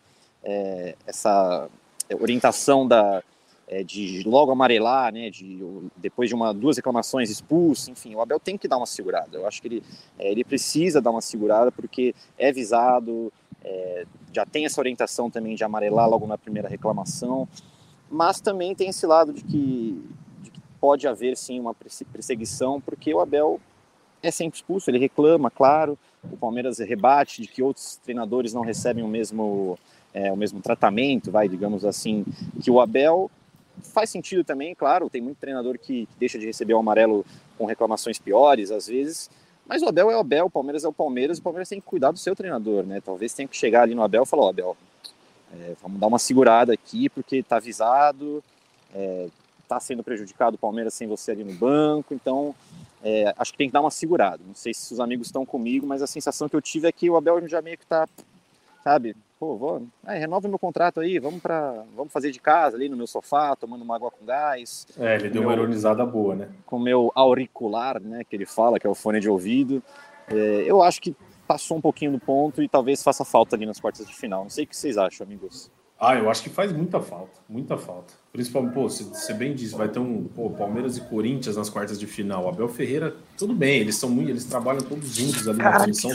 orientação de logo amarelar, né? Depois de duas reclamações expulso, enfim, o Abel tem que dar uma segurada. Eu acho que ele precisa dar uma segurada, porque é visado, já tem essa orientação também de amarelar logo na primeira reclamação, mas também tem esse lado de que pode haver sim uma perseguição, porque o Abel é sempre expulso, ele reclama, claro, o Palmeiras rebate de que outros treinadores não recebem o mesmo tratamento, digamos assim, que o Abel, faz sentido também, claro, tem muito treinador que deixa de receber o amarelo com reclamações piores, às vezes, mas o Abel é o Abel, o Palmeiras é o Palmeiras, e o Palmeiras tem que cuidar do seu treinador, né? Talvez tenha que chegar ali no Abel e falar, Abel, vamos dar uma segurada aqui, porque tá avisado, tá sendo prejudicado o Palmeiras sem você ali no banco, então acho que tem que dar uma segurada. Não sei se os amigos estão comigo, mas a sensação que eu tive é que o Abel já meio que tá, sabe, renova meu contrato aí, vamos fazer de casa ali no meu sofá, tomando uma água com gás. Ele deu uma ironizada boa, né? Com o meu auricular, né, que ele fala, que é o fone de ouvido. Eu acho que passou um pouquinho do ponto e talvez faça falta ali nas quartas de final. Não sei o que vocês acham, amigos. Eu acho que faz muita falta. Principalmente, você bem disse, vai ter Palmeiras e Corinthians nas quartas de final. O Abel Ferreira, tudo bem, eles trabalham todos juntos ali na comissão.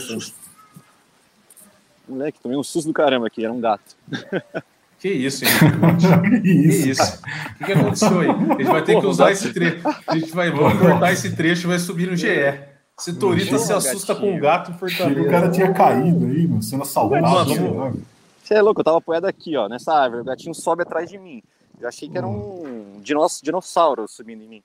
Moleque, tomei um susto do caramba aqui, era um gato. Que isso, hein? Que isso? O que aconteceu aí? A gente vai ter que usar esse trecho. Vamos cortar esse trecho e vai subir no GE. Setorista se assusta com um gato em Fortaleza. O cara tinha caído aí, mano, sendo assaltado. Você é louco, eu tava apoiado aqui, ó, nessa árvore. O gatinho sobe atrás de mim. Eu achei que era um dinossauro subindo em mim.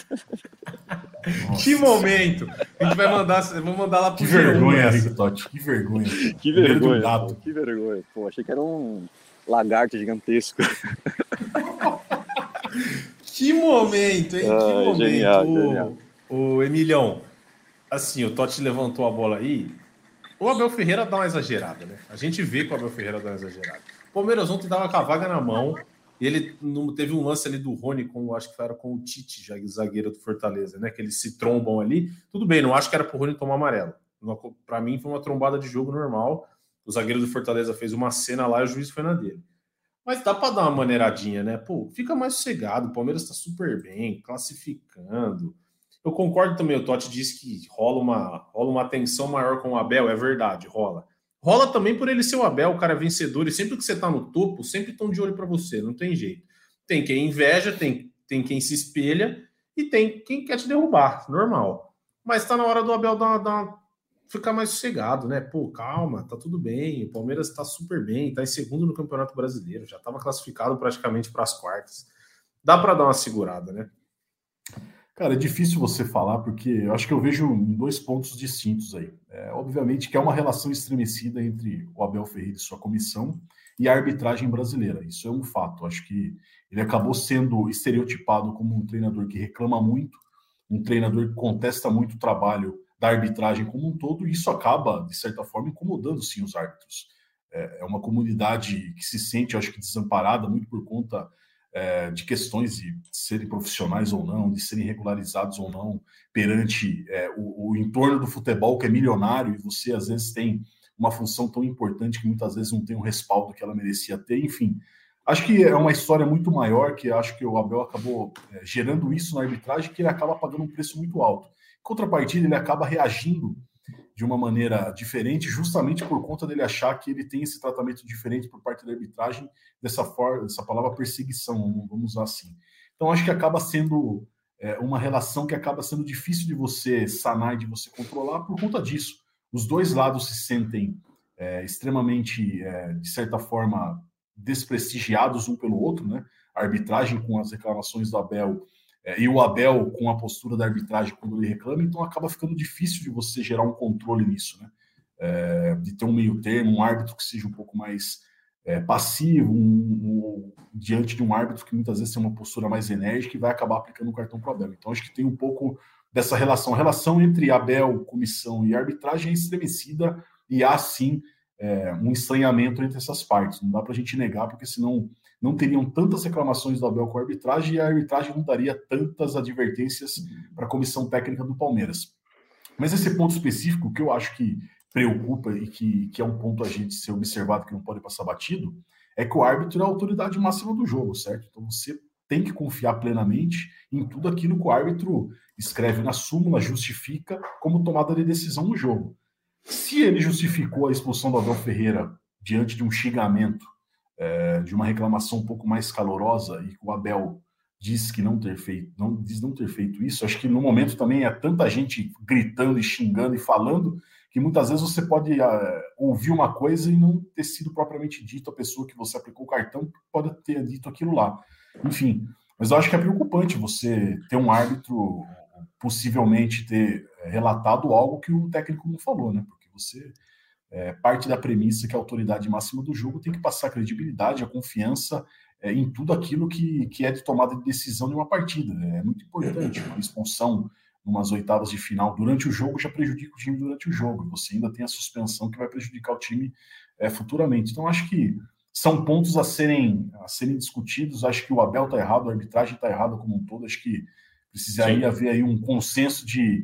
Que momento! A gente vai mandar, vamos mandar lá pro Que vergonha, Rico Totti. Que vergonha. Que vergonha. Gato. Que vergonha. Pô, achei que era um lagarto gigantesco. Que momento, hein? Que momento. Genial. O Emilhão, assim, o Totti levantou a bola aí. O Abel Ferreira dá uma exagerada, né? A gente vê que o Abel Ferreira dá uma exagerada. O Palmeiras ontem dava com a vaga na mão. E ele teve um lance ali do Rony, acho que era com o Tite, já zagueiro do Fortaleza, né? Que eles se trombam ali. Tudo bem, não acho que era pro Rony tomar amarelo. Para mim foi uma trombada de jogo normal. O zagueiro do Fortaleza fez uma cena lá e o juiz foi na dele. Mas dá para dar uma maneiradinha, né? Pô, fica mais sossegado. O Palmeiras tá super bem, classificando. Eu concordo também, o Totti disse que rola uma tensão maior com o Abel, é verdade, rola. Rola também por ele ser o Abel, o cara vencedor, e sempre que você tá no topo, sempre estão de olho para você, não tem jeito. Tem quem inveja, tem quem se espelha, e tem quem quer te derrubar, normal. Mas tá na hora do Abel ficar mais sossegado, né? Pô, calma, tá tudo bem, o Palmeiras tá super bem, tá em segundo no Campeonato Brasileiro, já tava classificado praticamente para as quartas. Dá para dar uma segurada, né? Cara, é difícil você falar, porque eu acho que eu vejo dois pontos distintos aí. Obviamente que é uma relação estremecida entre o Abel Ferreira e sua comissão e a arbitragem brasileira. Isso é um fato. Acho que ele acabou sendo estereotipado como um treinador que reclama muito, um treinador que contesta muito o trabalho da arbitragem como um todo, e isso acaba, de certa forma, incomodando, sim, os árbitros. É uma comunidade que se sente, acho que, desamparada, muito por conta de questões de serem profissionais ou não, de serem regularizados ou não, perante o entorno do futebol, que é milionário, e você, às vezes, tem uma função tão importante que muitas vezes não tem o respaldo que ela merecia ter. Enfim, acho que é uma história muito maior, que acho que o Abel acabou gerando isso na arbitragem, que ele acaba pagando um preço muito alto. Em contrapartida, ele acaba reagindo de uma maneira diferente, justamente por conta dele achar que ele tem esse tratamento diferente por parte da arbitragem, dessa palavra perseguição, vamos usar assim. Então, acho que acaba sendo uma relação que acaba sendo difícil de você sanar e de você controlar por conta disso. Os dois lados se sentem extremamente, de certa forma, desprestigiados um pelo outro, né? A arbitragem com as reclamações do Abel e o Abel com a postura da arbitragem quando ele reclama, então acaba ficando difícil de você gerar um controle nisso, né? De ter um meio termo, um árbitro que seja um pouco mais passivo, diante de um árbitro que muitas vezes tem uma postura mais enérgica e vai acabar aplicando o cartão para o Abel. Então acho que tem um pouco dessa relação. A relação entre Abel, comissão e arbitragem é estremecida e há sim um estranhamento entre essas partes. Não dá para a gente negar, porque senão não teriam tantas reclamações do Abel com a arbitragem e a arbitragem não daria tantas advertências para a comissão técnica do Palmeiras. Mas esse ponto específico que eu acho que preocupa e que é um ponto a gente ser observado, que não pode passar batido, é que o árbitro é a autoridade máxima do jogo, certo? Então você tem que confiar plenamente em tudo aquilo que o árbitro escreve na súmula, justifica como tomada de decisão no jogo. Se ele justificou a expulsão do Abel Ferreira diante de um xingamento, de uma reclamação um pouco mais calorosa, e o Abel diz que não ter feito isso, acho que no momento também é tanta gente gritando e xingando e falando, que muitas vezes você pode ouvir uma coisa e não ter sido propriamente dito a pessoa que você aplicou o cartão, pode ter dito aquilo lá. Enfim, mas eu acho que é preocupante você ter um árbitro possivelmente ter relatado algo que o técnico não falou, né? Porque você parte da premissa que a autoridade máxima do jogo tem que passar a credibilidade, a confiança em tudo aquilo que é de tomada de decisão de uma partida. É muito importante. Uma expulsão numas oitavas de final durante o jogo já prejudica o time durante o jogo. Você ainda tem a suspensão que vai prejudicar o time futuramente. Então, acho que são pontos a serem discutidos. Acho que o Abel está errado, a arbitragem está errada como um todo. Acho que precisaria haver aí um consenso de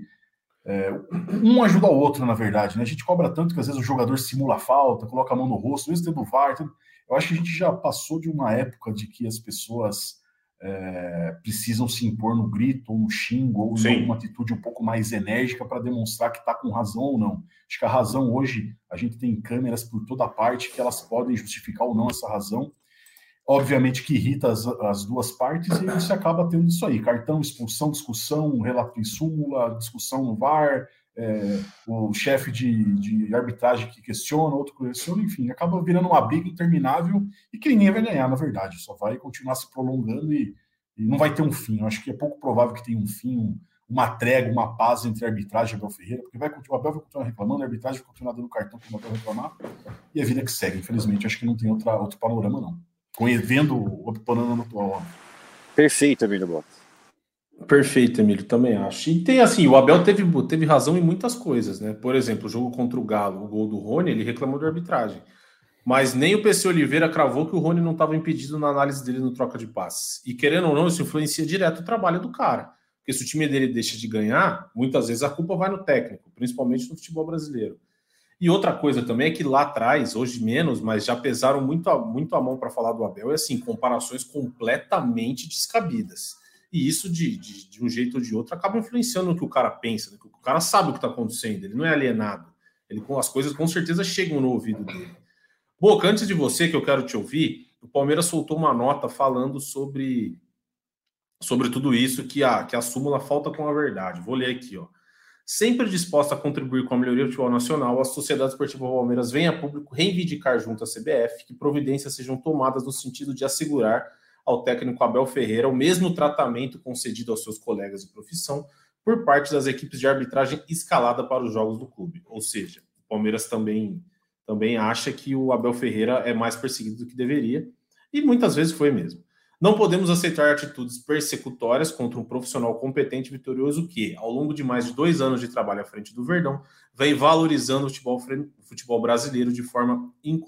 um ajuda o outro, na verdade, né? A gente cobra tanto que às vezes o jogador simula a falta, coloca a mão no rosto, mesmo tendo VAR. Eu acho que a gente já passou de uma época de que as pessoas precisam se impor no grito, ou no xingo, ou em uma atitude um pouco mais enérgica para demonstrar que está com razão ou não. Acho que a razão hoje, a gente tem câmeras por toda parte que elas podem justificar ou não essa razão. Obviamente que irrita as duas partes e você acaba tendo isso aí. Cartão, expulsão, discussão, relato em súmula, discussão no VAR, o chefe de arbitragem que questiona, outro que questiona, enfim, acaba virando uma briga interminável e que ninguém vai ganhar, na verdade. Só vai continuar se prolongando e não vai ter um fim. Eu acho que é pouco provável que tenha um fim, uma trégua, uma paz entre a arbitragem e o Abel Ferreira, porque o Abel vai continuar reclamando, a arbitragem vai continuar dando cartão para o Abel reclamar, e a vida que segue. Infelizmente, acho que não tem outro panorama, não. Vendo o panorama atual. Perfeito, Emílio Bota. Perfeito, Emílio, também acho. E tem assim, o Abel teve razão em muitas coisas, né? Por exemplo, o jogo contra o Galo, o gol do Rony, ele reclamou da arbitragem. Mas nem o PC Oliveira cravou que o Rony não estava impedido na análise dele no troca de passes. E querendo ou não, isso influencia direto o trabalho do cara. Porque se o time dele deixa de ganhar, muitas vezes a culpa vai no técnico, principalmente no futebol brasileiro. E outra coisa também é que lá atrás, hoje menos, mas já pesaram muito a mão para falar do Abel, assim, comparações completamente descabidas. E isso, de um jeito ou de outro, acaba influenciando no que o cara pensa, né? O cara sabe o que está acontecendo, ele não é alienado. As coisas com certeza chegam no ouvido dele. Boca, antes de você, que eu quero te ouvir, o Palmeiras soltou uma nota falando sobre tudo isso, que a súmula falta com a verdade. Vou ler aqui, ó. Sempre disposta a contribuir com a melhoria do futebol nacional, a Sociedade Esportiva Palmeiras vem a público reivindicar junto à CBF que providências sejam tomadas no sentido de assegurar ao técnico Abel Ferreira o mesmo tratamento concedido aos seus colegas de profissão por parte das equipes de arbitragem escalada para os jogos do clube. Ou seja, o Palmeiras também acha que o Abel Ferreira é mais perseguido do que deveria, e muitas vezes foi mesmo. Não podemos aceitar atitudes persecutórias contra um profissional competente e vitorioso que, ao longo de mais de 2 anos de trabalho à frente do Verdão, vem valorizando o futebol brasileiro de forma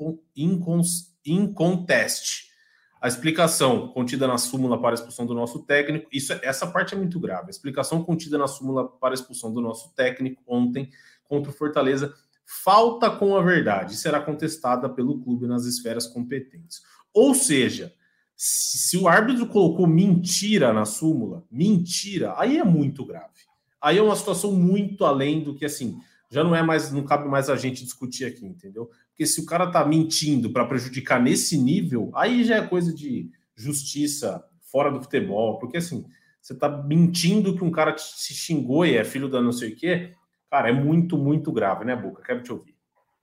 inconteste. A explicação contida na súmula para a expulsão do nosso técnico, essa parte é muito grave. A explicação contida na súmula para a expulsão do nosso técnico ontem contra o Fortaleza falta com a verdade e será contestada pelo clube nas esferas competentes. Ou seja, se o árbitro colocou mentira na súmula, aí é muito grave. Aí é uma situação muito além do que, assim, já não cabe mais a gente discutir aqui, entendeu? Porque se o cara tá mentindo para prejudicar nesse nível, aí já é coisa de justiça fora do futebol, porque, assim, você tá mentindo que um cara se xingou e é filho da não sei o quê, cara, é muito, muito grave, né, Boca? Quero te ouvir.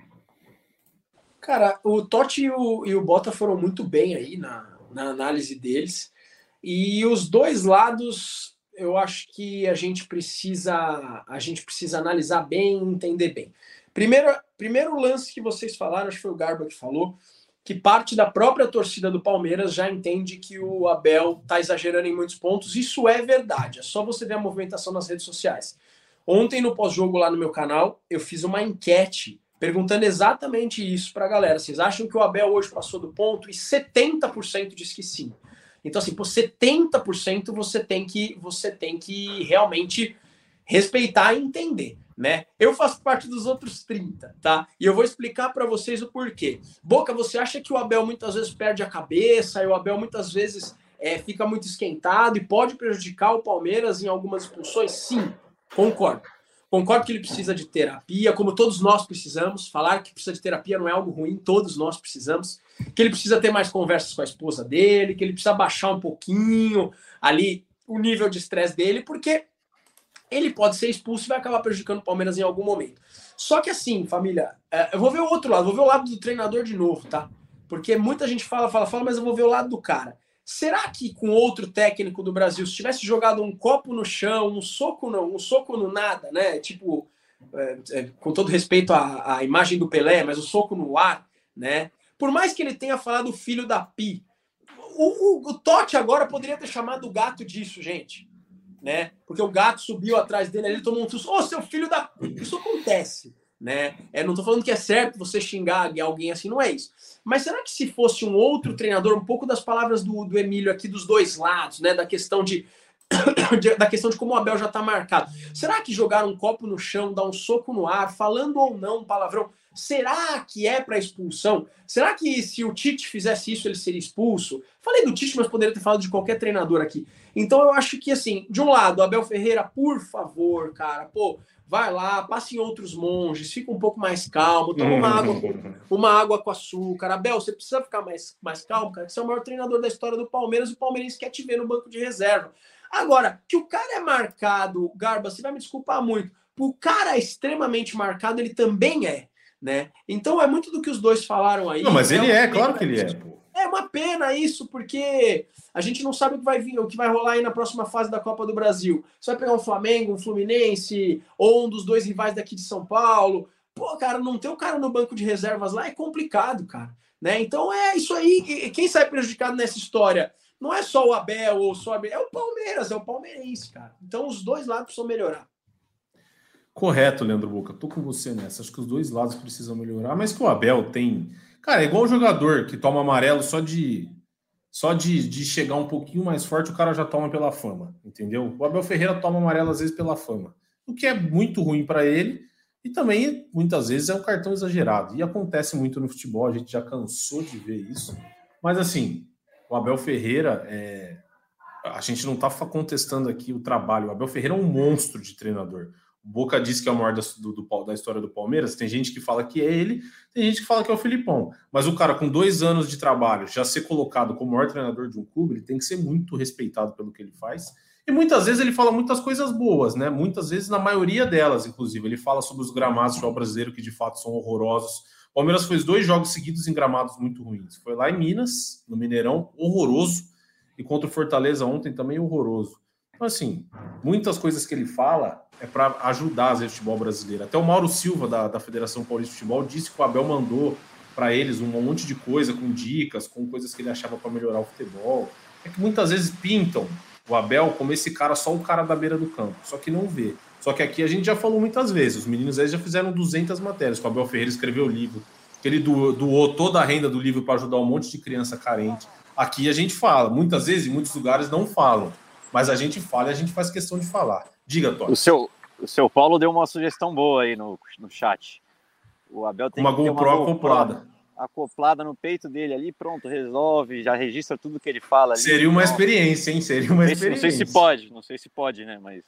Cara, o Totti e o Bota foram muito bem aí na análise deles, e os dois lados eu acho que a gente precisa analisar bem, entender bem. Primeiro lance que vocês falaram, acho que foi o Garba que falou, que parte da própria torcida do Palmeiras já entende que o Abel está exagerando em muitos pontos. Isso é verdade, é só você ver a movimentação nas redes sociais. Ontem, no pós-jogo lá no meu canal, eu fiz uma enquete perguntando exatamente isso para a galera. Vocês acham que o Abel hoje passou do ponto? E 70% diz que sim. Então, assim, por 70% você tem que realmente respeitar e entender, né? Eu faço parte dos outros 30%, tá? E eu vou explicar para vocês o porquê. Boca, você acha que o Abel muitas vezes perde a cabeça e o Abel muitas vezes fica muito esquentado e pode prejudicar o Palmeiras em algumas expulsões? Sim, concordo. Concordo que ele precisa de terapia, como todos nós precisamos. Falar que precisa de terapia não é algo ruim, todos nós precisamos. Que ele precisa ter mais conversas com a esposa dele, que ele precisa baixar um pouquinho ali o nível de estresse dele, porque ele pode ser expulso e vai acabar prejudicando o Palmeiras em algum momento. Só que assim, família, eu vou ver o outro lado, vou ver o lado do treinador de novo, tá? Porque muita gente fala, mas eu vou ver o lado do cara. será que com outro técnico do Brasil, se tivesse jogado um copo no chão, um soco no nada, né? Tipo, com todo respeito à imagem do Pelé, mas o soco no ar, né? Por mais que ele tenha falado filho da Pi, o Totti agora poderia ter chamado o gato disso, gente, né? Porque o gato subiu atrás dele, ele tomou um susto. Ô, seu filho da Pi! Isso acontece, né? Não tô falando que é certo você xingar alguém assim, não é isso. Mas será que se fosse um outro treinador, um pouco das palavras do Emílio aqui dos dois lados, né? Da questão de como o Abel já tá marcado. Será que jogar um copo no chão, dar um soco no ar, falando ou não um palavrão, será que é para expulsão? Será que se o Tite fizesse isso, ele seria expulso? Falei do Tite, mas poderia ter falado de qualquer treinador aqui. Então eu acho que, assim, de um lado, Abel Ferreira, por favor, cara, vai lá, passa em outros monges, fica um pouco mais calmo, toma uma água com açúcar. Abel, você precisa ficar mais calmo, cara, que você é o maior treinador da história do Palmeiras e o palmeirense quer te ver no banco de reserva. Agora, que o cara é marcado, Garba, você vai me desculpar muito, o cara é extremamente marcado, ele também é, né? Então é muito do que os dois falaram aí. Não, mas ele claro que ele é, pô. É uma pena isso, porque a gente não sabe o que vai vir, o que vai rolar aí na próxima fase da Copa do Brasil. Você vai pegar um Flamengo, um Fluminense, ou um dos dois rivais daqui de São Paulo. Pô, cara, não ter o cara no banco de reservas lá é complicado, cara. Né? Então é isso aí. Quem sai prejudicado nessa história não é só o Abel ou só o Abel, é o Palmeiras, é o palmeirense, cara. Então os dois lados precisam melhorar. Correto, Leandro Boca. Tô com você nessa. Acho que os dois lados precisam melhorar, mas que o Abel tem... Cara, é igual o jogador que toma amarelo só de chegar um pouquinho mais forte, o cara já toma pela fama, entendeu? O Abel Ferreira toma amarelo às vezes pela fama, o que é muito ruim para ele e também muitas vezes é um cartão exagerado. E acontece muito no futebol, a gente já cansou de ver isso. Mas assim, o Abel Ferreira, a gente não está contestando aqui o trabalho. O Abel Ferreira é um monstro de treinador. O Boca diz que é o maior da história do Palmeiras. Tem gente que fala que é ele, tem gente que fala que é o Filipão. Mas o cara com 2 anos de trabalho, já ser colocado como o maior treinador de um clube, ele tem que ser muito respeitado pelo que ele faz. E muitas vezes ele fala muitas coisas boas, né? Muitas vezes, na maioria delas, inclusive. Ele fala sobre os gramados do futebol brasileiro, que de fato são horrorosos. O Palmeiras fez 2 jogos seguidos em gramados muito ruins. Foi lá em Minas, no Mineirão, horroroso. E contra o Fortaleza ontem também horroroso. Então, assim, muitas coisas que ele fala é para ajudar a futebol brasileiro. Até o Mauro Silva, da Federação Paulista de Futebol, disse que o Abel mandou para eles um monte de coisa, com dicas, com coisas que ele achava para melhorar o futebol. É que muitas vezes pintam o Abel como esse cara, só o cara da beira do campo, só que não vê. Só que aqui a gente já falou muitas vezes, os meninos aí já fizeram 200 matérias, que o Abel Ferreira escreveu o livro, que ele doou toda a renda do livro para ajudar um monte de criança carente. Aqui a gente fala, muitas vezes, em muitos lugares não falam. Mas a gente fala e a gente faz questão de falar. Diga, Tony. O seu Paulo deu uma sugestão boa aí no chat. O Abel tem uma que ter GoPro acoplada no peito dele ali, pronto, resolve, já registra tudo que ele fala ali. Seria uma experiência, hein? Seria uma experiência. Não sei se pode, né? Mas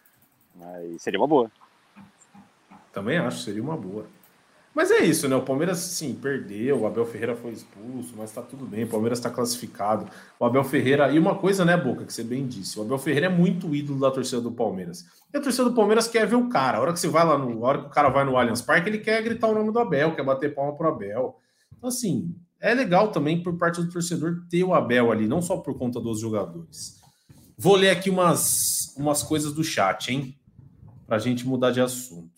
seria uma boa. Também acho, seria uma boa. Mas é isso, né? O Palmeiras, sim, perdeu, o Abel Ferreira foi expulso, mas tá tudo bem, o Palmeiras tá classificado. O Abel Ferreira... E uma coisa, né, Boca, que você bem disse, o Abel Ferreira é muito ídolo da torcida do Palmeiras. E a torcida do Palmeiras quer ver o cara. A hora que você vai lá, a hora que o cara vai no Allianz Parque, ele quer gritar o nome do Abel, quer bater palma pro Abel. Então, assim, é legal também por parte do torcedor ter o Abel ali, não só por conta dos jogadores. Vou ler aqui umas coisas do chat, hein? Pra gente mudar de assunto.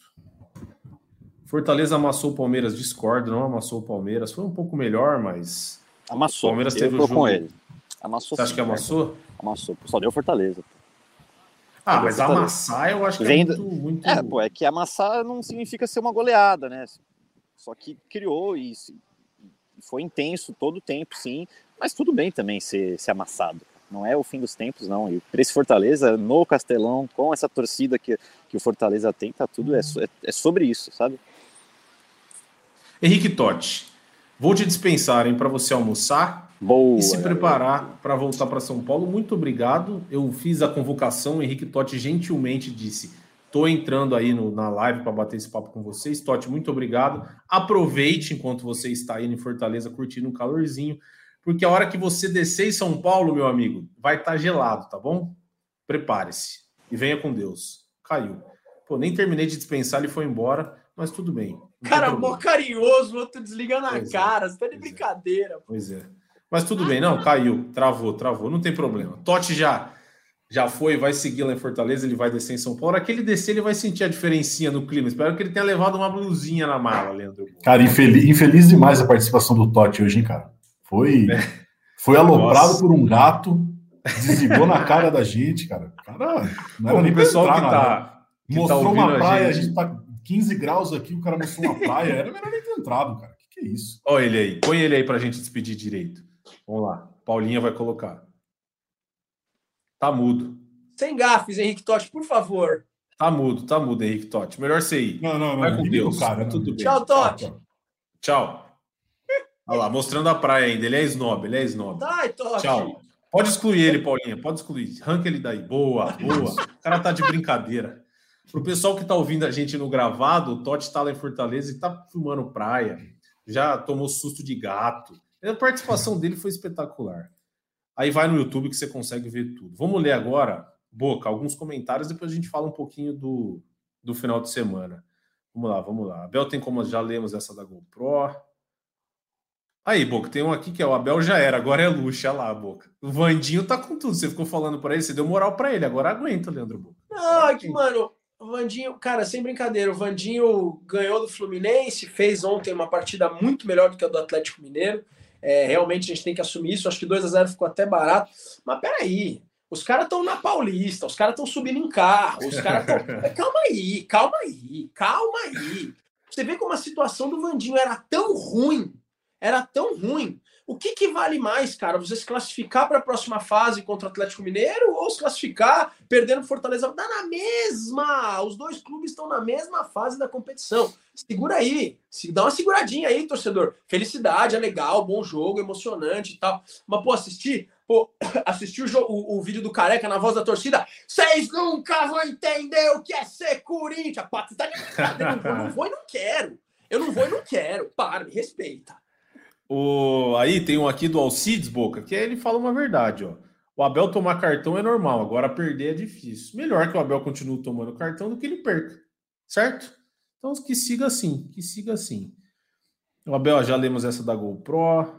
Fortaleza amassou o Palmeiras, discordo, não amassou o Palmeiras. Foi um pouco melhor, mas... Amassou. O Palmeiras teve o jogo... com ele. Amassou. Você acha que amassou? Amassou. Só deu Fortaleza. Mas amassar eu acho que é muito... É que amassar não significa ser uma goleada, né? Só que criou isso. Foi intenso todo o tempo, sim. Mas tudo bem também ser amassado. Não é o fim dos tempos, não. E para esse Fortaleza, no Castelão, com essa torcida que o Fortaleza tem, tá tudo... É sobre isso, sabe? Henrique Totti, vou te dispensar, hein, para você almoçar e se preparar para voltar para São Paulo. Muito obrigado. Eu fiz a convocação, o Henrique Totti gentilmente disse: tô entrando aí na live para bater esse papo com vocês. Totti, muito obrigado. Aproveite enquanto você está aí em Fortaleza curtindo um calorzinho, porque a hora que você descer em São Paulo, meu amigo, vai estar gelado, tá bom? Prepare-se e venha com Deus. Caiu. Pô, nem terminei de dispensar, ele foi embora, mas tudo bem. Cara, mó carinhoso, o outro desliga na cara. Você tá de brincadeira. Pois é. Mas tudo bem, não, caiu, travou, não tem problema. Totti já foi, vai seguir lá em Fortaleza, ele vai descer em São Paulo. Aquele descer, ele vai sentir a diferencinha no clima. Espero que ele tenha levado uma blusinha na mala, Leandro. Cara, infeliz demais a participação do Totti hoje, hein, cara? Foi aloprado por um gato, desligou na cara da gente, cara. Não era nem o pessoal entrar, que mostrou uma praia, a gente tá 15 graus aqui, o cara mostrou uma praia. Era melhor nem ter entrado, cara. Que é isso? Olha ele aí, põe ele aí pra gente despedir direito. Vamos lá, Paulinha vai colocar. Tá mudo. Sem gafes, Henrique Totti, por favor. Tá mudo, Henrique Totti. Melhor você ir. Não. Vai com Deus. Cara, tudo bem. Tchau, Totti. Tchau. Olha lá, mostrando a praia ainda. Ele é snob. Ai, Totti. Tchau. Pode excluir ele, Paulinha. Pode excluir. Arranca ele daí. Boa. O cara tá de brincadeira. Pro pessoal que tá ouvindo a gente no gravado, o Totti tá lá em Fortaleza e tá filmando praia. Já tomou susto de gato. A participação dele foi espetacular. Aí vai no YouTube que você consegue ver tudo. Vamos ler agora, Boca, alguns comentários, depois a gente fala um pouquinho do final de semana. Vamos lá. Abel tem como já lemos essa da GoPro. Aí, Boca, tem um aqui que é o Abel já era, agora é luxo, olha lá, Boca. O Vandinho tá com tudo, você ficou falando pra ele, você deu moral pra ele, agora aguenta, Leandro Boca. Não, que, mano, o Vandinho, cara, sem brincadeira, o Vandinho ganhou do Fluminense, fez ontem uma partida muito melhor do que a do Atlético Mineiro. Realmente a gente tem que assumir isso. Acho que 2-0 ficou até barato. Mas peraí, os caras estão na Paulista, os caras estão subindo em carro, os caras estão. Calma aí. Você vê como a situação do Vandinho era tão ruim. O que vale mais, cara? Você se classificar para a próxima fase contra o Atlético Mineiro ou se classificar perdendo o Fortaleza? Dá na mesma! Os dois clubes estão na mesma fase da competição. Segura aí. Dá uma seguradinha aí, torcedor. Felicidade, é legal, bom jogo, emocionante e tal. Mas, assistir o vídeo do Careca na voz da torcida. Vocês nunca vão entender o que é ser Corinthians. Pá, você tá de brincadeira. Eu não vou e não quero. Para, me respeita. Aí tem um aqui do Alcides, Boca, que ele fala uma verdade, ó. O Abel tomar cartão é normal, agora perder é difícil. Melhor que o Abel continue tomando cartão do que ele perca, certo? Então que siga assim. O Abel, já lemos essa da GoPro.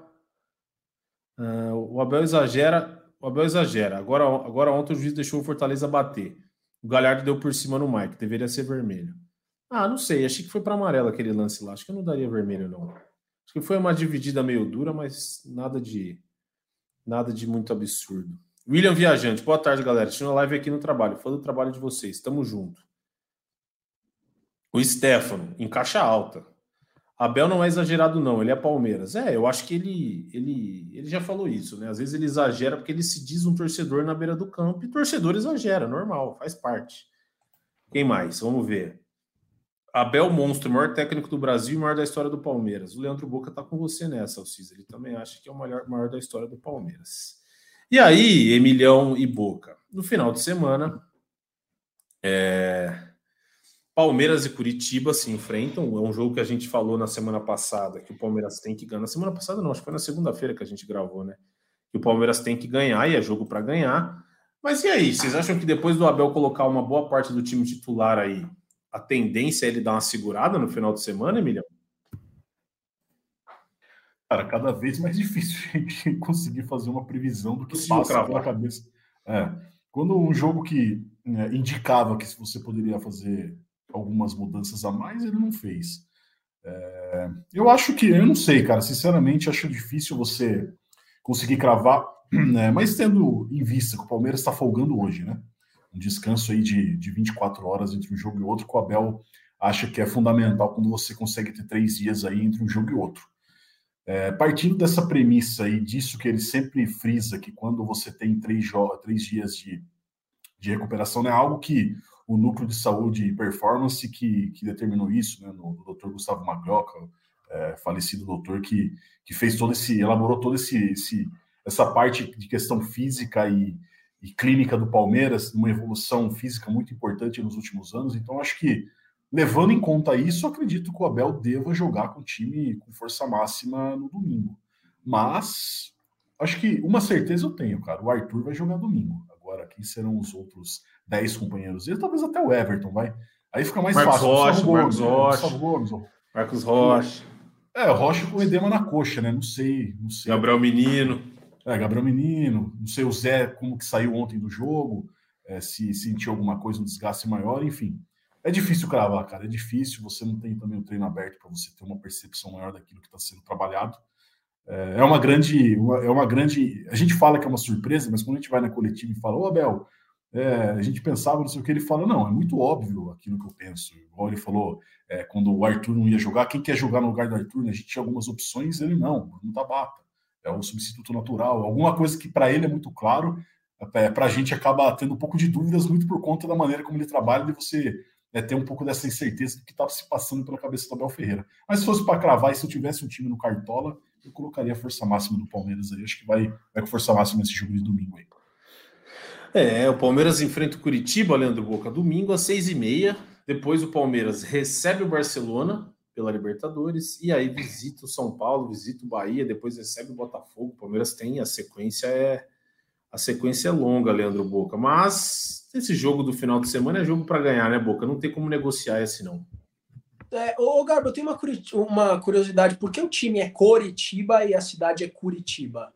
O Abel exagera. Agora ontem o juiz deixou o Fortaleza bater. O Galhardo deu por cima no Mike, deveria ser vermelho. Não sei, achei que foi para amarelo aquele lance lá. Acho que eu não daria vermelho, não. Acho que foi uma dividida meio dura, mas nada de muito absurdo. William Viajante, boa tarde, galera. Estou na live aqui no trabalho. Fã do trabalho de vocês. Tamo junto. O Stefano, em caixa alta. Abel não é exagerado, não. Ele é Palmeiras. Eu acho que ele já falou isso, né? Às vezes ele exagera porque ele se diz um torcedor na beira do campo e torcedor exagera, normal, faz parte. Quem mais? Vamos ver. Abel Monstro, maior técnico do Brasil e maior da história do Palmeiras. O Leandro Boca tá com você nessa, Alcides. Ele também acha que é o maior da história do Palmeiras. E aí, Emilhão e Boca. No final de semana, Palmeiras e Curitiba se enfrentam. É um jogo que a gente falou na semana passada, que o Palmeiras tem que ganhar. Na semana passada não, acho que foi na segunda-feira que a gente gravou, né? Que o Palmeiras tem que ganhar e é jogo para ganhar. Mas e aí, vocês acham que depois do Abel colocar uma boa parte do time titular aí, a tendência é ele dar uma segurada no final de semana, Emilhão? Cara, cada vez mais difícil a gente conseguir fazer uma previsão do que passa pela cabeça. Quando um jogo que indicava que você poderia fazer algumas mudanças a mais, ele não fez. Eu acho que, eu não sei, cara, sinceramente, acho difícil você conseguir cravar, né? Mas tendo em vista que o Palmeiras está folgando hoje, né? Um descanso aí de 24 horas entre um jogo e outro, que o Abel acha que é fundamental quando você consegue ter 3 dias aí entre um jogo e outro. Partindo dessa premissa aí, disso que ele sempre frisa, que quando você tem 3 dias de recuperação, não é algo que o núcleo de saúde e performance que determinou isso, né, no Dr. Gustavo Maglioca, falecido doutor, que fez elaborou toda essa parte de questão física e clínica do Palmeiras, uma evolução física muito importante nos últimos anos. Então, acho que, levando em conta isso, acredito que o Abel deva jogar com o time com força máxima no domingo. Mas, acho que uma certeza eu tenho, cara. O Arthur vai jogar domingo. Agora, quem serão os outros 10 companheiros dele? Talvez até o Everton, vai. Aí fica mais fácil. Marcos Rocha. O Rocha com edema na coxa, né? Não sei. Gabriel Menino. Gabriel Menino. Não sei o Zé como que saiu ontem do jogo, se sentiu alguma coisa, um desgaste maior, enfim. É difícil cravar, cara. É difícil. Você não tem também o treino aberto para você ter uma percepção maior daquilo que está sendo trabalhado. É uma grande. A gente fala que é uma surpresa, mas quando a gente vai na coletiva e fala, ô Abel, a gente pensava, não sei o que, ele fala, não, é muito óbvio aquilo que eu penso. Igual ele falou, quando o Arthur não ia jogar, quem quer jogar no lugar do Arthur? Né? A gente tinha algumas opções, ele não Tabata. É um substituto natural, alguma coisa que para ele é muito claro, para a gente acaba tendo um pouco de dúvidas, muito por conta da maneira como ele trabalha, de você ter um pouco dessa incerteza do que estava se passando pela cabeça do Abel Ferreira. Mas se fosse para cravar, e se eu tivesse um time no Cartola, eu colocaria a força máxima do Palmeiras aí. Acho que vai com força máxima nesse jogo de domingo aí. O Palmeiras enfrenta o Curitiba, Leandro Boca, domingo às 6h30. Depois o Palmeiras recebe o Barcelona pela Libertadores e aí visita o São Paulo, visita o Bahia, depois recebe o Botafogo. O Palmeiras tem a sequência é longa, Leandro Boca. Mas esse jogo do final de semana é jogo para ganhar, né, Boca? Não tem como negociar esse não. Ô Garba, eu tenho uma curiosidade. Por que o time é Coritiba e a cidade é Curitiba?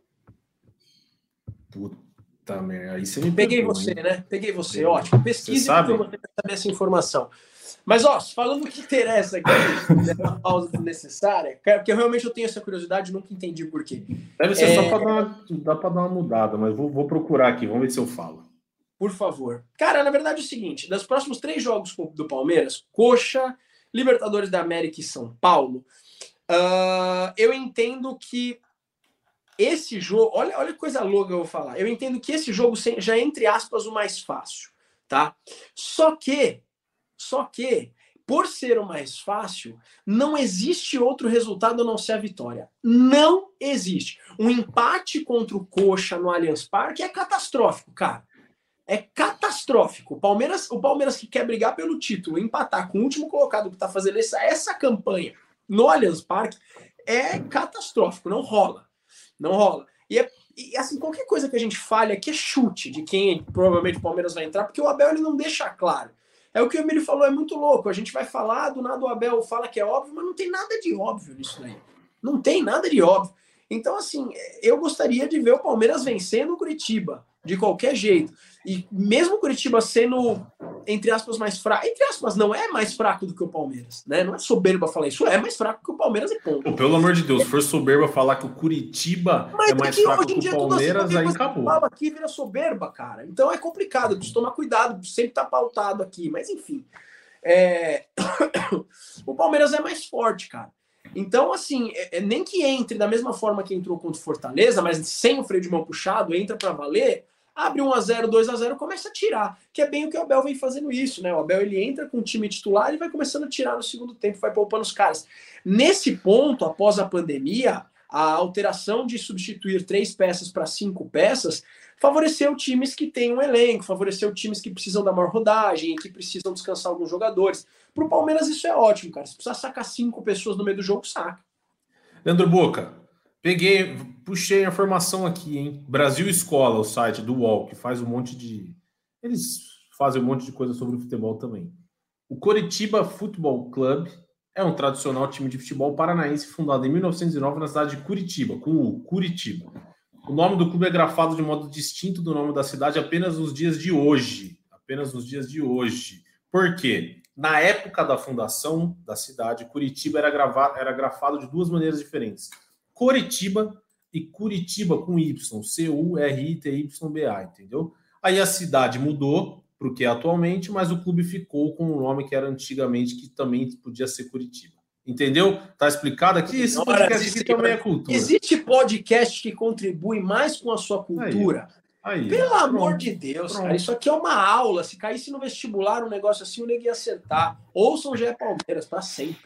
Puta merda, aí você me Peguei pegou, você, hein? né? Peguei você, ótimo. Pesquise porque eu vou ter que saber essa informação. Mas, falando o que interessa aqui, nessa pausa desnecessária, porque realmente eu tenho essa curiosidade e nunca entendi por quê. Deve ser só para dar uma mudada, mas vou procurar aqui, vamos ver se eu falo. Por favor. Cara, na verdade é o seguinte, dos próximos 3 jogos do Palmeiras, Coxa, Libertadores da América e São Paulo, eu entendo que esse jogo, olha que coisa louca que eu vou falar, eu entendo que esse jogo já é, entre aspas, o mais fácil, tá? Só que, por ser o mais fácil, não existe outro resultado a não ser a vitória. Não existe. Um empate contra o Coxa no Allianz Parque é catastrófico, cara. É catastrófico. O Palmeiras que quer brigar pelo título, empatar com o último colocado que está fazendo essa campanha no Allianz Parque é catastrófico. Não rola. Não rola. E assim, qualquer coisa que a gente fale aqui é chute de quem provavelmente o Palmeiras vai entrar, porque o Abel ele não deixa claro. É o que o Emílio falou, é muito louco. A gente vai falar, do nada o Abel fala que é óbvio, mas não tem nada de óbvio nisso daí. Não tem nada de óbvio. Então, assim, eu gostaria de ver o Palmeiras vencendo o Curitiba, de qualquer jeito. E mesmo o Curitiba sendo, entre aspas, mais fraco, entre aspas, não é mais fraco do que o Palmeiras, né? Não é soberba falar isso, é mais fraco que o Palmeiras e ponto. Pelo amor de Deus, se for soberba falar que o Curitiba é mais fraco que o Palmeiras, aí acabou. Fala aqui vira soberba, cara. Então é complicado, preciso tomar cuidado, sempre tá pautado aqui, mas enfim. O Palmeiras é mais forte, cara. Então, assim, nem que entre da mesma forma que entrou contra o Fortaleza, mas sem o freio de mão puxado, entra para valer, abre 1-0, 2-0, começa a tirar, que é bem o que o Abel vem fazendo isso, né? O Abel, ele entra com o time titular e vai começando a tirar no segundo tempo, vai poupando os caras. Nesse ponto, após a pandemia, a alteração de substituir 3 peças para 5 peças favoreceu times que têm um elenco, favoreceu times que precisam da maior rodagem, que precisam descansar alguns jogadores. Para o Palmeiras isso é ótimo, cara. Se precisar sacar 5 pessoas no meio do jogo, saca. Leandro Boca, puxei a informação aqui, hein? Brasil Escola, o site do UOL, que faz um monte de... Eles fazem um monte de coisa sobre o futebol também. O Coritiba Futebol Club é um tradicional time de futebol paranaense fundado em 1909 na cidade de Curitiba, com o Curitiba. O nome do clube é grafado de modo distinto do nome da cidade apenas nos dias de hoje. Apenas nos dias de hoje. Por quê? Na época da fundação da cidade, Curitiba era grafado de 2 maneiras diferentes. Coritiba e Curitiba com Y, Curitiba, entendeu? Aí a cidade mudou para o que é atualmente, mas o clube ficou com o nome que era antigamente, que também podia ser Curitiba. Entendeu? Tá explicado aqui? Esse podcast aqui também é cultura. Existe podcast que contribui mais com a sua cultura? Aí, pelo amor de Deus, cara, isso aqui é uma aula. Se caísse no vestibular um negócio assim, o nego ia acertar. Ouçam o GE Palmeiras para sempre.